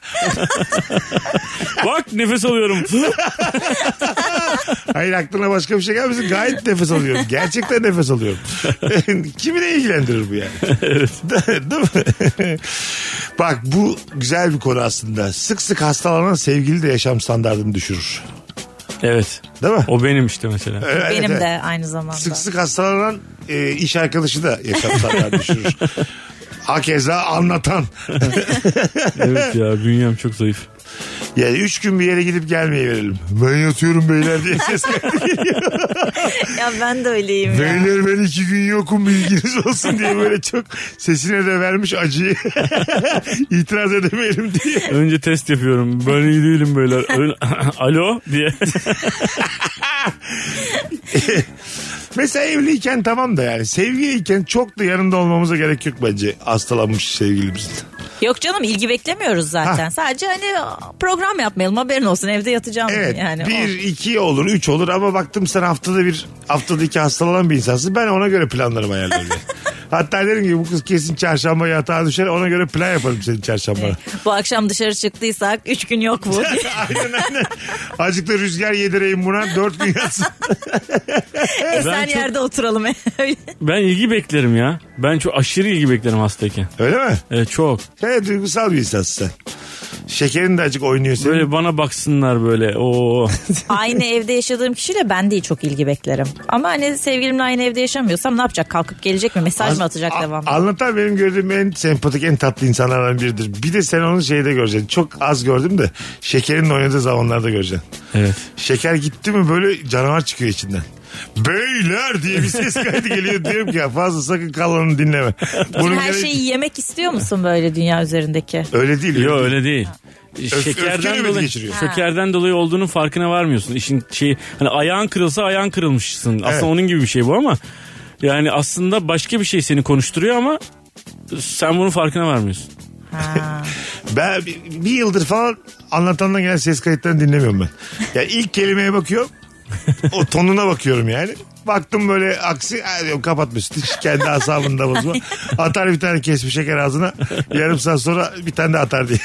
Bak nefes alıyorum. Hayır aklına başka bir şey gelmesin. Gayet nefes alıyorum. Gerçekten nefes alıyorum. Kimi ne ilgilendirir bu yani? Evet. Değil mi? Bak bu güzel bir konu aslında. Sık sık hastalanan sevgili de yaşam standartını düşürür. Evet. Değil mi? O benim işte mesela. Evet, Benim evet. de aynı zamanda. Sık sık hastalanan e, iş arkadaşı da yaşam standartını düşürür. Hakeza Anlatan. Evet ya bünyem çok zayıf. Yani üç gün bir yere gidip gelmeye verelim. Ben yatıyorum beyler diye ses geliyor. Ya ben de öyleyim ya. Beyler ben iki gün yokum bilginiz olsun diye böyle çok sesine de vermiş acıyı. İtiraz edemeyelim diye. Önce test yapıyorum. Ben iyi değilim böyle. Öyle, alo diye. Mesela evliyken tamam da yani sevgiliyken çok da yanında olmamıza gerek yok bence hastalanmış sevgilimizin. Yok canım, ilgi beklemiyoruz zaten. Ha. Sadece hani program yapmayalım, haberin olsun, evde yatacağım. Evet yani. bir o. iki olur üç olur ama baktım sen haftada bir haftada iki hastalanan bir insansın. Ben ona göre planlarım ayarlarım. Hatta derim ki bu kız kesin çarşamba yatağa düşer, ona göre plan yaparım senin çarşamba. Evet. Bu akşam dışarı çıktıysak üç gün yok bu. Aynen aynen. Azıcık da rüzgar yedireyim buna, dört gün yatsın. Esen çok- yerde oturalım. Ben ilgi beklerim ya. Ben çok aşırı ilgi beklerim hastayken. Öyle mi? Evet, çok. Sen duygusal bir insansın sen. Şekerin de azıcık oynuyor senin. Böyle bana baksınlar böyle. Oo. Aynı evde yaşadığım kişiyle ben de çok ilgi beklerim. Ama hani sevgilimle aynı evde yaşamıyorsam ne yapacak? Kalkıp gelecek mi? Mesaj mı atacak A- devamlı? Anlatan benim gördüğüm en sempatik, en tatlı insanlardan biridir. Bir de sen onu şeyde göreceksin. Çok az gördüm de Şeker'in oynadığı zamanlarda göreceksin. Evet. Şeker gitti mi böyle canavar çıkıyor içinden. Beyler diye bir ses kaydı geliyor, diyorum ki ya fazla sakın kalanını dinleme. Bunun Her gerek- şeyi yemek istiyor musun böyle dünya üzerindeki? Öyle değil. Yok öyle değil. öyle değil. öfke Şekerden nöbeti dolayı, geçiriyor. şekerden dolayı olduğunun farkına varmıyorsun. İşin şeyi, hani ayağın kırılsa ayağın kırılmışsın. Aslında Evet. onun gibi bir şey bu ama yani aslında başka bir şey seni konuşturuyor ama sen bunun farkına varmıyorsun. Ha. Ben bir, bir yıldır falan anlatandan gelen ses kayıtlarını dinlemiyorum ben. Yani ilk kelimeye bakıyorum. O tonuna bakıyorum yani. Baktım böyle aksi, "Ha," diyorum, kapatmış. Hiç kendi asabını da bozma. Atar bir tane kesmiş şeker ağzına. Yarım saat sonra bir tane de atar diye.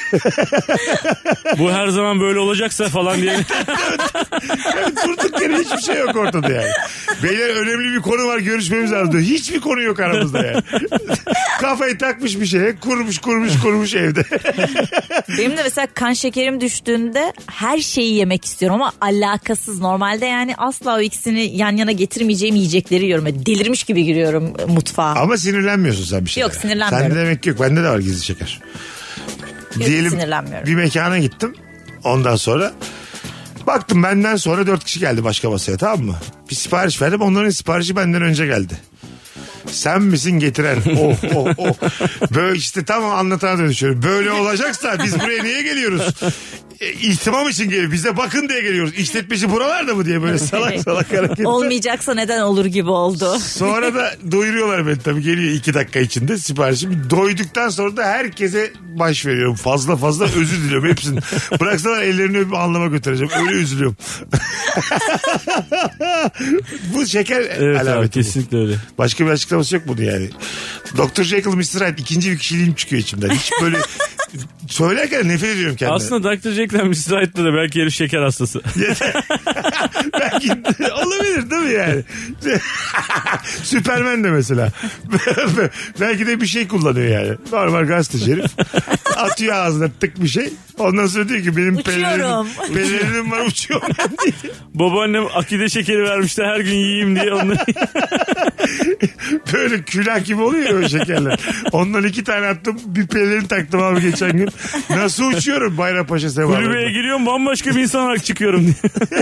Bu her zaman böyle olacaksa falan diye. Yani durduk yere hiçbir şey yok ortada yani. Beyler önemli bir konu var, görüşmemiz lazım diyor. Hiçbir konu yok aramızda yani. Kafayı takmış bir şeye, kurmuş kurmuş kurmuş evde. Benim de mesela kan şekerim düştüğünde her şeyi yemek istiyorum ama alakasız. Normalde yani asla o ikisini yan yana getirmeyeceğim yiyecekleri yiyorum. Böyle delirmiş gibi giriyorum mutfağa. Ama sinirlenmiyorsun sen bir şeye. Yok, sinirlenmiyorum. Sende demek yok. Bende de var gizli şeker. Yok, Diyelim sinirlenmiyorum. bir mekana gittim. Ondan sonra baktım benden sonra dört kişi geldi başka masaya, tamam mı? Bir sipariş verdim. Onların siparişi benden önce geldi. Sen misin getiren? Oh oh oh. Böyle işte tam anlatana dönüşüyorum. Böyle olacaksa biz buraya niye geliyoruz? E, ihtimam için geliyoruz. Bize bakın diye geliyoruz. İşletmeci buralarda mı diye böyle salak salak hareket. Olmayacaksa neden olur gibi oldu. Sonra da doyuruyorlar beni tabii, geliyor iki dakika içinde siparişim. Doyduktan sonra da herkese baş veriyorum. Fazla fazla özür diliyorum hepsini. Bıraksalar ellerini öpüp anlama götüreceğim. Öyle üzülüyorum. Bu şeker Evet abi, alameti bu. kesinlikle öyle. Başka bir açıklaması yok bunun yani. doktor Jekyll mister Hyde ikinci bir kişiliğim çıkıyor içimden. Hiç böyle söylerken nefret ediyorum kendime. Aslında doktor Jekyll mister Hyde'da da belki herif şeker hastası. Belki olabilir değil mi yani? Süpermen de mesela. Belki de bir şey kullanıyor yani. Normal gazeteci herif. Atıyor ağzına tık bir şey. Ondan sonra diyor ki benim Uçuyorum. pelerinim, pelerinim var, uçuyorum ben diye. Babaannem akide şekeri vermişti her gün yiyeyim diye onları. Böyle külah gibi oluyor ya o şekerler. Ondan iki tane attım, bir pelerin taktım abi geçen gün. Nasıl uçuyorum Bayrampaşa Sevalar'da. Kulübeye giriyorum bambaşka bir insan olarak çıkıyorum diye.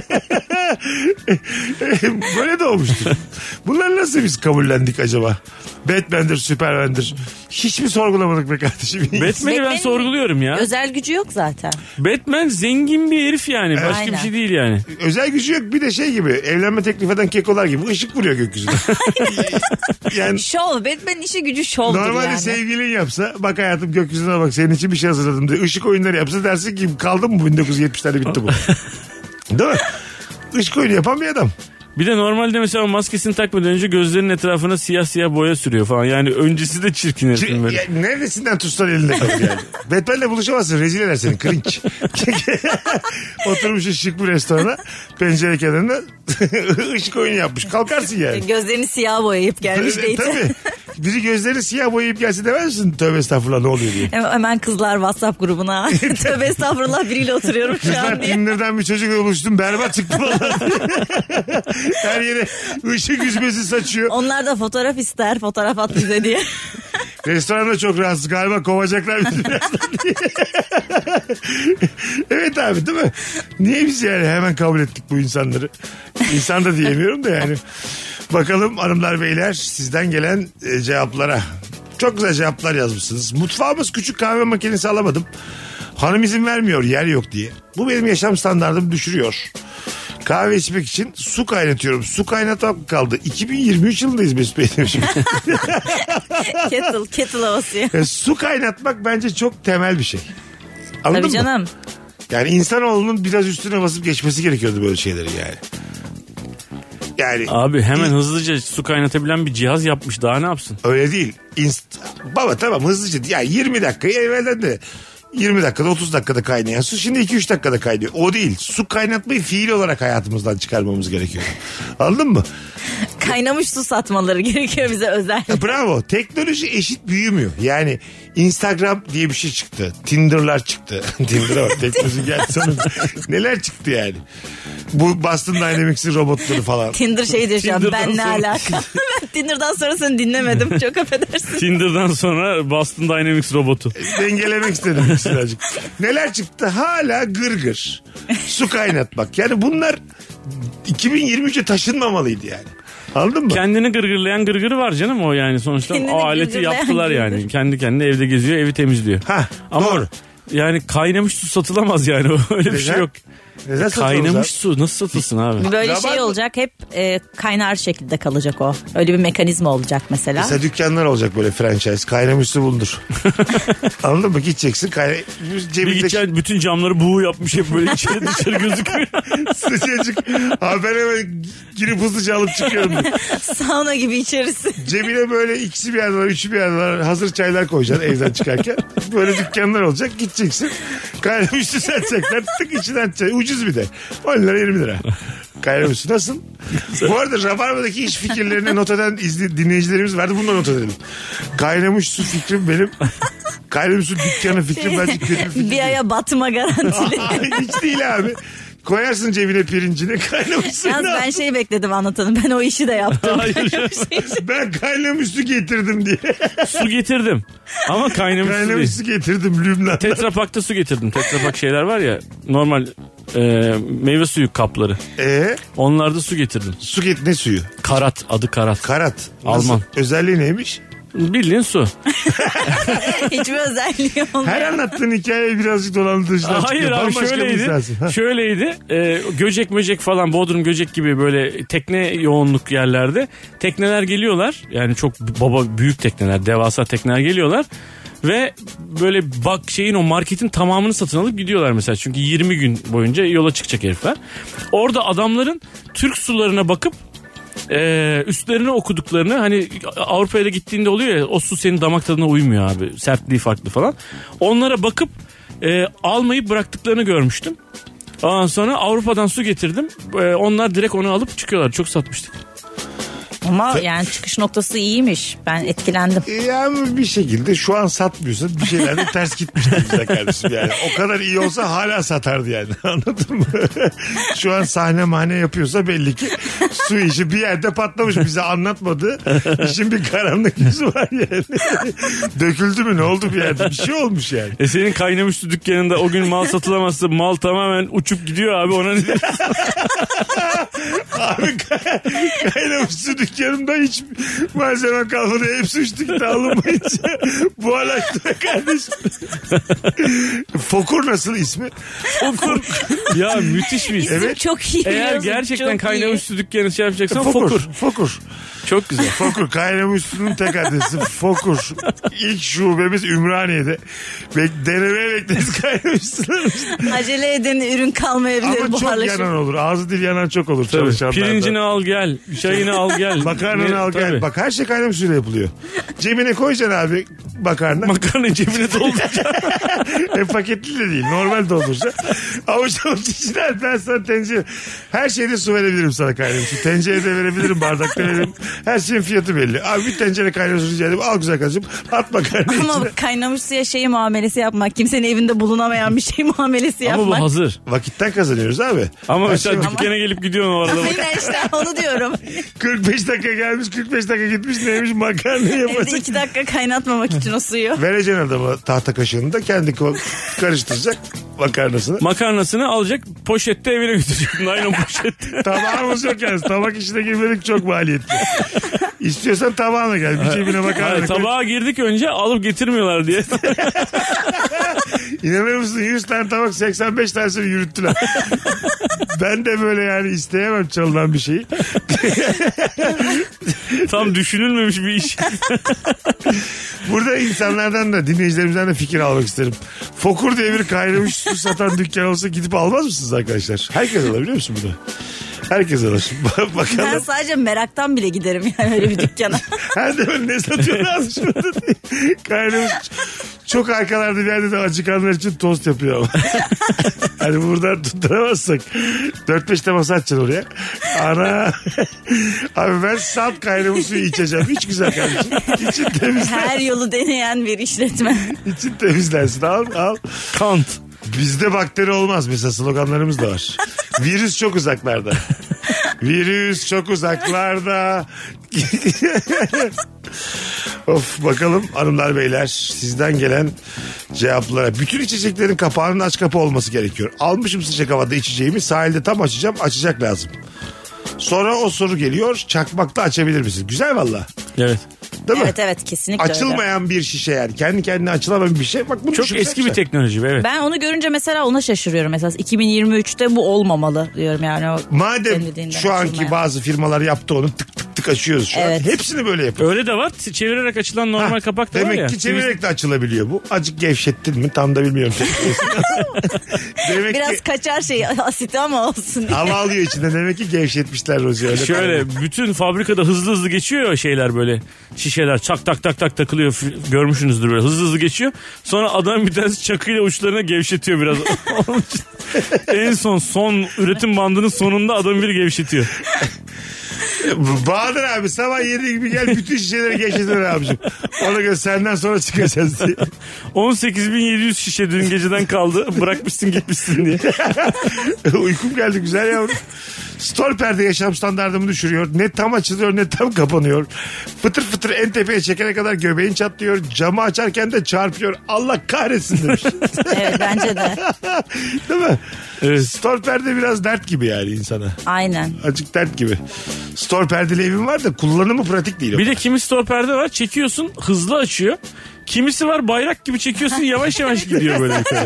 Böyle de olmuştur. Bunları nasıl biz kabullendik acaba? Batman'dir, Superman'dir. Hiç mi sorgulamadık be kardeşim? Batman'i ben Batman'in sorguluyorum ya. Özel gücü yok zaten. Batman zengin bir herif yani. Başka Aynen. bir şey değil yani. Özel gücü yok, bir de şey gibi, evlenme teklif eden kekolar gibi ışık vuruyor gökyüzüne. Yani Şov. Batman'in işi gücü şovdur normalde yani. sevgilin yapsa, bak hayatım gökyüzüne bak senin için bir şey hazırladım diye ışık oyunları yapsa dersin ki kaldı mı bin dokuz yüz yetmişlerde bitti bu. Değil mi? Işık oyunu yapan bir adam. Bir de normalde mesela maskesini takmadan önce gözlerinin etrafına siyah siyah boya sürüyor falan. Yani öncesi de çirkin herifin böyle. Ya, neresinden tutsan elinde kalır yani. Batman'le buluşamazsın, rezil eder seni, cringe. Oturmuş şık bir restorana, pencere kenarında ışık oyunu yapmış. Kalkarsın yani. Gözlerini siyah boyayıp gelmiş Tabii, date'e. tabii. Biri gözlerini siyah boyayıp gelse demez misin? Tövbe estağfurullah ne oluyor diye. Hem- Hemen kızlar WhatsApp grubuna. Tövbe estağfurullah, biriyle oturuyorum şu Kızlar an diye. Tinder'dan bir çocukla buluştum, berbat çıktı valla. Her yere ışık yüzmesi saçıyor. Onlar da fotoğraf ister, fotoğraf at bize diye. Restoranda çok rahatsız galiba, kovacaklar bizi birazdan diye. Evet abi, değil mi? Niye biz yani hemen kabul ettik bu insanları? İnsan da diyemiyorum da yani. Bakalım hanımlar beyler sizden gelen e, cevaplara. Çok güzel cevaplar yazmışsınız. Mutfağımız küçük, kahve makinesi alamadım. Hanım izin vermiyor yer yok diye. Bu benim yaşam standartımı düşürüyor. Kahve içmek için su kaynatıyorum. Su kaynatmak kaldı. iki bin yirmi üç yılındayız Mesut Bey demişim. Kettle, kettle havası ya. E, su kaynatmak bence çok temel bir şey. Anladın Tabii canım. mı? Yani insanoğlunun biraz üstüne basıp geçmesi gerekiyordu böyle şeyleri yani. Yani Abi hemen in... hızlıca su kaynatabilen bir cihaz yapmış. Daha ne yapsın? Öyle değil. İnst... Baba tamam hızlıca. Ya yirmi dakikayı evvelden de yirmi dakikada otuz dakikada kaynayan su şimdi iki üç dakikada kaynıyor. O değil. Su kaynatmayı fiil olarak hayatımızdan çıkarmamız gerekiyor. Anladın mı? Kaynamış su satmaları gerekiyor bize özel. Bravo. Teknoloji eşit büyümüyor. Yani Instagram diye bir şey çıktı. Tinder'lar çıktı. Tinder'a bak teknoloji geldi sonunda. Neler çıktı yani. Bu Boston Dynamics'in robotları falan. Tinder şey diyeceğim. Ben ne sonra... alaka? Ben Tinder'dan sonrasını dinlemedim. Çok affedersin. Tinder'dan sonra Boston Dynamics robotu. Dengelemek istedim birazcık. Neler çıktı? Hala gırgır. Su kaynatmak. Yani bunlar iki bin yirmi üçe taşınmamalıydı yani. Anladın mı? Kendini gırgırlayan gırgırı var canım o yani sonuçta. Kendini o aleti yaptılar gırgır. yani. Kendi kendine evde geziyor, evi temizliyor. Ha, ama doğru. Yani kaynamış su satılamaz yani. Öyle bir şey yok. Neden kaynamış su nasıl satılsın abi? Böyle Rabar şey mı? olacak hep e, kaynar şekilde kalacak o. Öyle bir mekanizma olacak mesela. Mesela dükkanlar olacak böyle franchise. Kaynamış su bulunur. Anladın mı? Gideceksin. Kayna... Bir Cebinde... gideceksin bütün camları buğu yapmış hep böyle içeri dışarı gözüküyor. Sıcacık. Abi ben hemen girip hızlıca alıp çıkıyorum. Sauna gibi içerisi. Cebine böyle ikisi bir yerde var, üçü bir yerde var. Hazır çaylar koyacaksın evden çıkarken. Böyle dükkanlar olacak. Gideceksin. Kaynamış su satacaklar. Tık içinden çay. Ucuz bir de. on lira yirmi lira. Kaynamış su nasıl? Bu arada Rabarba'daki iş fikirlerine not eden izli, dinleyicilerimiz vardı. Bunu da not edelim. Kaynamış su fikrim benim. Kaynamış su dükkanı fikrim bence kötü bir fikir. Bir aya batma garantili. Hiç değil abi. Koyarsın cebine pirincini kaynamış suyunu. Yalnız ben şeyi bekledim anlatanım. Ben o işi de yaptım. Ben kaynamış su getirdim diye. Su getirdim. Ama kaynamış, kaynamış su su getirdim Lübnan'dan. Tetra Pak'ta su getirdim. Tetra Pak şeyler var ya normal e, meyve suyu kapları. Ee? Onlarda su getirdim. Su get ne suyu? Karat, adı Karat. Karat. Alman. Nasıl? Özelliği neymiş? Bildiğin su. Hiçbir özelliği olmuyor. Her anlattığın hikaye birazcık dolandırıcıdan Hayır çıkıyor. abi Bambaşka şöyleydi. Şöyleydi. E, Göcek möcek falan Bodrum Göcek gibi böyle tekne yoğunluk yerlerde tekneler geliyorlar. Yani çok baba büyük tekneler, devasa tekneler geliyorlar. Ve böyle bak şeyin o marketin tamamını satın alıp gidiyorlar mesela. Çünkü yirmi gün boyunca yola çıkacak herifler. Orada adamların Türk sularına bakıp Ee, üstlerine okuduklarını hani Avrupa'ya da gittiğinde oluyor ya o su senin damak tadına uymuyor abi sertliği farklı falan onlara bakıp e, almayı bıraktıklarını görmüştüm. Ondan sonra Avrupa'dan su getirdim ee, onlar direkt onu alıp çıkıyorlar çok satmıştık. Ama yani çıkış noktası iyiymiş. Ben etkilendim. Yani bir şekilde şu an satmıyorsa bir şeylerde ters gitmiştir bize kardeşim yani. O kadar iyi olsa hala satardı yani. Anladın mı? Şu an sahne mahne yapıyorsa belli ki su işi bir yerde patlamış bize anlatmadı. İşin bir karanlık yüzü var yani. Döküldü mü ne oldu bir yerde bir şey olmuş yani. E senin kaynamış su dükkanında o gün mal satılamazsa mal tamamen uçup gidiyor abi ona ne diyorsun? Abi kaynamış su dükkanında hiç malzeme kalmadı. Hepsi uçtu gitti alınmayınca. Bu alaştı kardeşim. Fokur nasıl ismi? Fokur. Ya müthiş bir isim. Evet. Çok iyi. Eğer gerçekten kaynamış su dükkanı şey yapacaksan Fokur. Fokur. Fokur. Çok güzel. Fokur. Kaynamış suyun tek adresi Fokur. İlk şubemiz Ümraniye'de. Bek denemeye bekleriz kaynamış sularımızda. Acele edin ürün kalmayabilir. Ama çok buharlaşır. yanan olur. Ağzı dil yanan çok olur. Pirincini al gel. Çayını al gel. Makarnanı al gel. Tabii. Bak her şey kaynamış suyla yapılıyor. Cebine koyacaksın abi makarna. Makarnayı cebine dolduracaksın. e, paketli de değil. Normal dolduracaksın. Avuç avuç içine ben sana tencere. Her şeyde su verebilirim sana kaynamış su. Tencerede verebilirim, bardakta verebilirim. Her şeyin fiyatı belli. Abi bir tencere kaynamış su rica edeyim. Al güzel kardeşim. At makarnayı Ama içine. kaynamış suya şey muamelesi yapmak. Kimsenin evinde bulunamayan bir şey muamelesi yapmak. Ama bu hazır. Vakitten kazanıyoruz abi. Ama Her mesela şey- dükkana gelip gidiyorsun o arada. Aynen işte onu diyorum. kırk beş dakika gelmiş, kırk beş dakika gitmiş. Neymiş makarna Evde yapacak. iki dakika kaynatmamak için o suyu. Vereceksin adama tahta kaşığını da kendi ko- karıştıracak makarnasını. Makarnasını alacak poşette evine götürecek. Naylon poşette. Tabağımız yok yani. Tabak işine girmedik çok maliyetli. İstiyorsan tabağına gel. Bir cebine makarna Hayır, koy. tabağa girdik önce alıp getirmiyorlar diye. İnanır mısın yüz tane tabak seksen beş tanesini yürüttüler. Ben de böyle yani isteyemem çalınan bir şeyi. Tam düşünülmemiş bir iş. Burada insanlardan da dinleyicilerimizden de fikir almak isterim. Fokur diye bir kaynamış su satan dükkan olsa gidip almaz mısınız arkadaşlar? Herkes alır biliyor musun bunu? Herkes alır. Bakalım. Ben sadece meraktan bile giderim yani öyle bir dükkana. Her de ne satıyorlar şurada diye. Kaynamış. Çok arkalarda bir yerde de acıkanlar için tost yapıyor ama. Hani buradan tutturamazsak. dört beş temas açacaksın oraya. Ana. Abi ben salt kaynamış suyu içeceğim. Hiç güzel kardeşim. İçin temizlensin. Her yolu deneyen bir işletme. İçin temizlensin. Al al. Kant. Bizde bakteri olmaz mesela sloganlarımız da var. Virüs çok uzaklarda. Virüs çok uzaklarda. Of bakalım hanımlar beyler sizden gelen cevaplara. Bütün içeceklerin kapağının aç kapı olması gerekiyor. Almışım sıcak havada içeceğimi sahilde tam açacağım açacak lazım. Sonra o soru geliyor çakmakta açabilir misin? Güzel valla. Evet. Değil mi? Evet evet kesinlikle Açılmayan öyle. bir şişe yani. Kendi kendine açılamayan bir şey. Bak bunu Çok eski bir teknoloji evet. Ben onu görünce mesela ona şaşırıyorum. Mesela iki bin yirmi üçte bu olmamalı diyorum yani. O madem kendiliğinden şu anki açılmayan. bazı firmalar yaptı onu tık tık tık açıyoruz şu Evet. an. Hepsini böyle yapıyor. Öyle de var. Çevirerek açılan normal Ha, kapak da var ya. demek ki çevirerek de açılabiliyor bu. Azıcık gevşettin mi tam da bilmiyorum. Demek Biraz ki kaçar şey asiti ama olsun diye. hava alıyor içinde. Demek ki gevşetmişler Rozi. Öyle Şöyle bütün fabrikada hızlı hızlı geçiyor ya şeyler böyle şişeler çak tak tak tak takılıyor F- görmüşsünüzdür böyle hızlı hızlı geçiyor. Sonra adam bir tanesi çakıyla uçlarına gevşetiyor biraz. Onun için en son son üretim bandının sonunda adam bir gevşetiyor. Bahadır abi sabah yedi gibi gel bütün şişeleri gevşetin abicim. Ona göre senden sonra çıkacağız diye. on sekiz bin yedi yüz şişe dün geceden kaldı. Bırakmışsın gitmişsin diye. Uykum geldi güzel yavrum. Store perde yaşam standartımı düşürüyor. Ne tam açılıyor ne tam kapanıyor. Fıtır fıtır en tepeye çekene kadar göbeğin çatlıyor. Camı açarken de çarpıyor. Allah kahretsin demiş. Evet bence de. Değil mi? Evet. Store perde biraz dert gibi yani insana. Aynen. Açık dert gibi. Store perdeli evim var da kullanımı pratik değil. Bir de kimi stop perde var çekiyorsun hızlı açıyor. Kimisi var bayrak gibi çekiyorsun yavaş yavaş gidiyor böyle yukarı.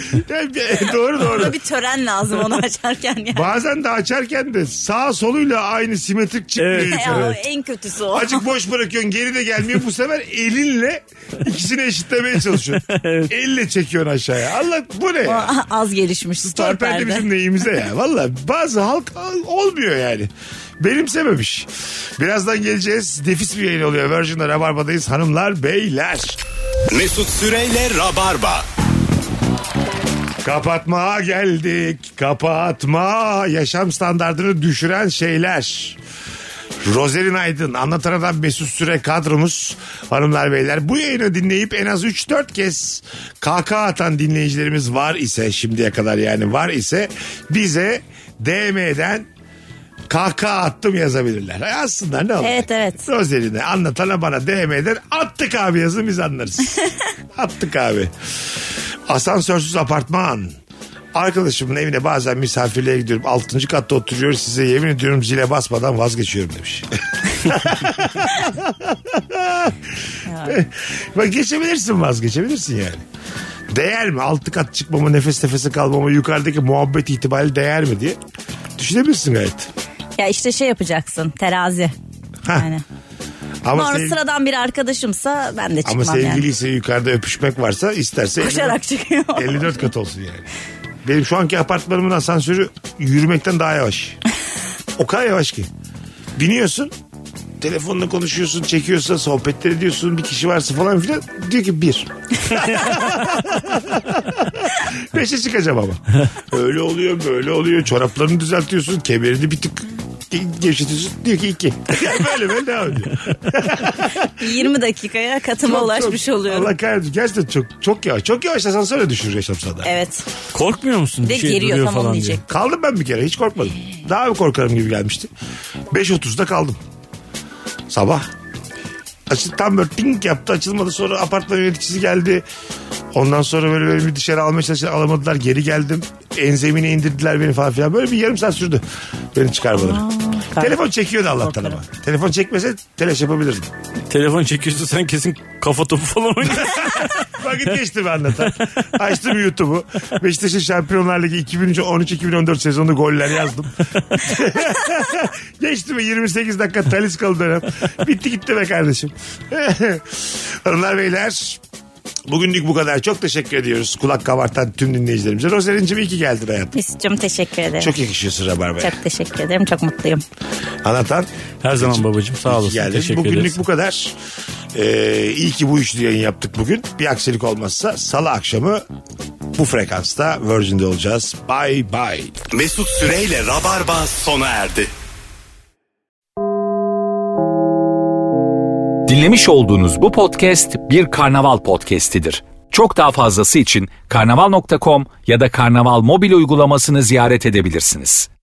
Doğru doğru. Burada bir tören lazım onu açarken yani. Bazen de açarken de sağ soluyla aynı simetrik çıkmıyor Evet, yukarı. Ya, en kötüsü o. Azıcık boş bırakıyorsun geri de gelmiyor. Bu sefer elinle ikisini eşitlemeye çalışıyorsun. Elle çekiyorsun aşağıya. Allah bu ne ya? O az gelişmiş Store store perde perde. bizim neyimize ya. Valla bazı halk olmuyor yani. Benimsememiş. Birazdan geleceğiz. Nefis bir yayın oluyor. Virgin'de Rabarba'dayız hanımlar beyler. Mesut Süreyle Rabarba. Kapatmaya geldik. Kapatma. Yaşam standartını düşüren şeyler. Rozerin Aydın, Anlatan Adam Mesut Süre kadromuz. Hanımlar beyler bu yayını dinleyip en az üç dört kez kahkaha atan dinleyicilerimiz var ise şimdiye kadar yani var ise bize D M'den kahkaha attım yazabilirler. Aslında ne olacak? Evet, evet. Rozerin'e anlatana bana D M'den attık abi yazın biz anlarız. Attık abi. Asansörsüz apartman. Arkadaşımın evine bazen misafirliğe gidiyorum. Altıncı katta oturuyor. Size yemin ediyorum zile basmadan vazgeçiyorum demiş. Bak geçebilirsin vazgeçebilirsin yani. Değer mi? Altı kat çıkmama, nefes nefese kalmama, yukarıdaki muhabbet itibariyle değer mi diye düşünebilirsin gayet. Ya işte şey yapacaksın terazi. Ha. Yani. Ama, Normal sev... sıradan bir arkadaşımsa ben de çıkmam Ama yani. sevgiliyse yukarıda öpüşmek varsa isterse Koşarak çıkıyor. elli dört kat olsun yani. Benim şu anki apartmanımın asansörü yürümekten daha yavaş. O kadar yavaş ki. Biniyorsun, telefonla konuşuyorsun, çekiyorsa sohbetler ediyorsun, bir kişi varsa falan filan diyor ki bir. Beşe çıkacağım ama. Öyle oluyor, böyle oluyor. Çoraplarını düzeltiyorsun, kemerini bir tık gevşetiyorsun. Diyor ki iki. Yani böyle böyle devam ediyor. yirmi dakikaya katıma Çok, ulaşmış çok, oluyorum. Allah kahretsin. Gerçekten çok çok yavaş. Çok yavaş asansöre düşürür yaşam sana. Evet. Korkmuyor musun? Bir de Bir şey geriyor duruyor tam onu falan diye. diyecek. Kaldım ben bir kere hiç korkmadım. Daha bir korkarım gibi gelmişti. beş otuzda kaldım. Sabah. Açıl, tam böyle ping yaptı açılmadı, sonra apartman yöneticisi geldi. Ondan sonra böyle, böyle bir dışarı almaya çalıştılar, alamadılar, geri geldim. En zemine indirdiler beni falan filan. Böyle bir yarım saat sürdü beni çıkarmaları. Süper. Telefon çekiyordu Allah'tan Korkarım. ama. Telefon çekmese telaş yapabilirdim. Telefon çekiyorsa sen kesin kafa topu falan oynuyorsun. Vakit geçti mi anlatan? Açtım YouTube'u. Beşiktaş'ın Şampiyonlar Ligi iki bin on üç iki bin on dört sezonu goller yazdım. Geçti mi yirmi sekiz dakika Taliscalı dönem. Bitti gitti be kardeşim. Hanımlar beyler, bugünlük bu kadar. Çok teşekkür ediyoruz kulak kabartan tüm dinleyicilerimize. Rozer'incim iyi ki geldin hayatım. Mesut'cum teşekkür ederim. Çok yakışıyorsun Rabarba'ya. Çok teşekkür ederim. Çok mutluyum. Anlatan. Her zaman babacığım, sağ olasın. Geldin. Teşekkür Bugünlük ederiz. bu kadar. Ee, iyi ki bu üçlü yayın yaptık bugün. Bir aksilik olmazsa salı akşamı bu frekansta Virgin'de olacağız. Bye bye. Mesut Süreyle Rabarba sona erdi. Dinlemiş olduğunuz bu podcast bir karnaval podcastidir. Çok daha fazlası için karnaval nokta com ya da karnaval mobil uygulamasını ziyaret edebilirsiniz.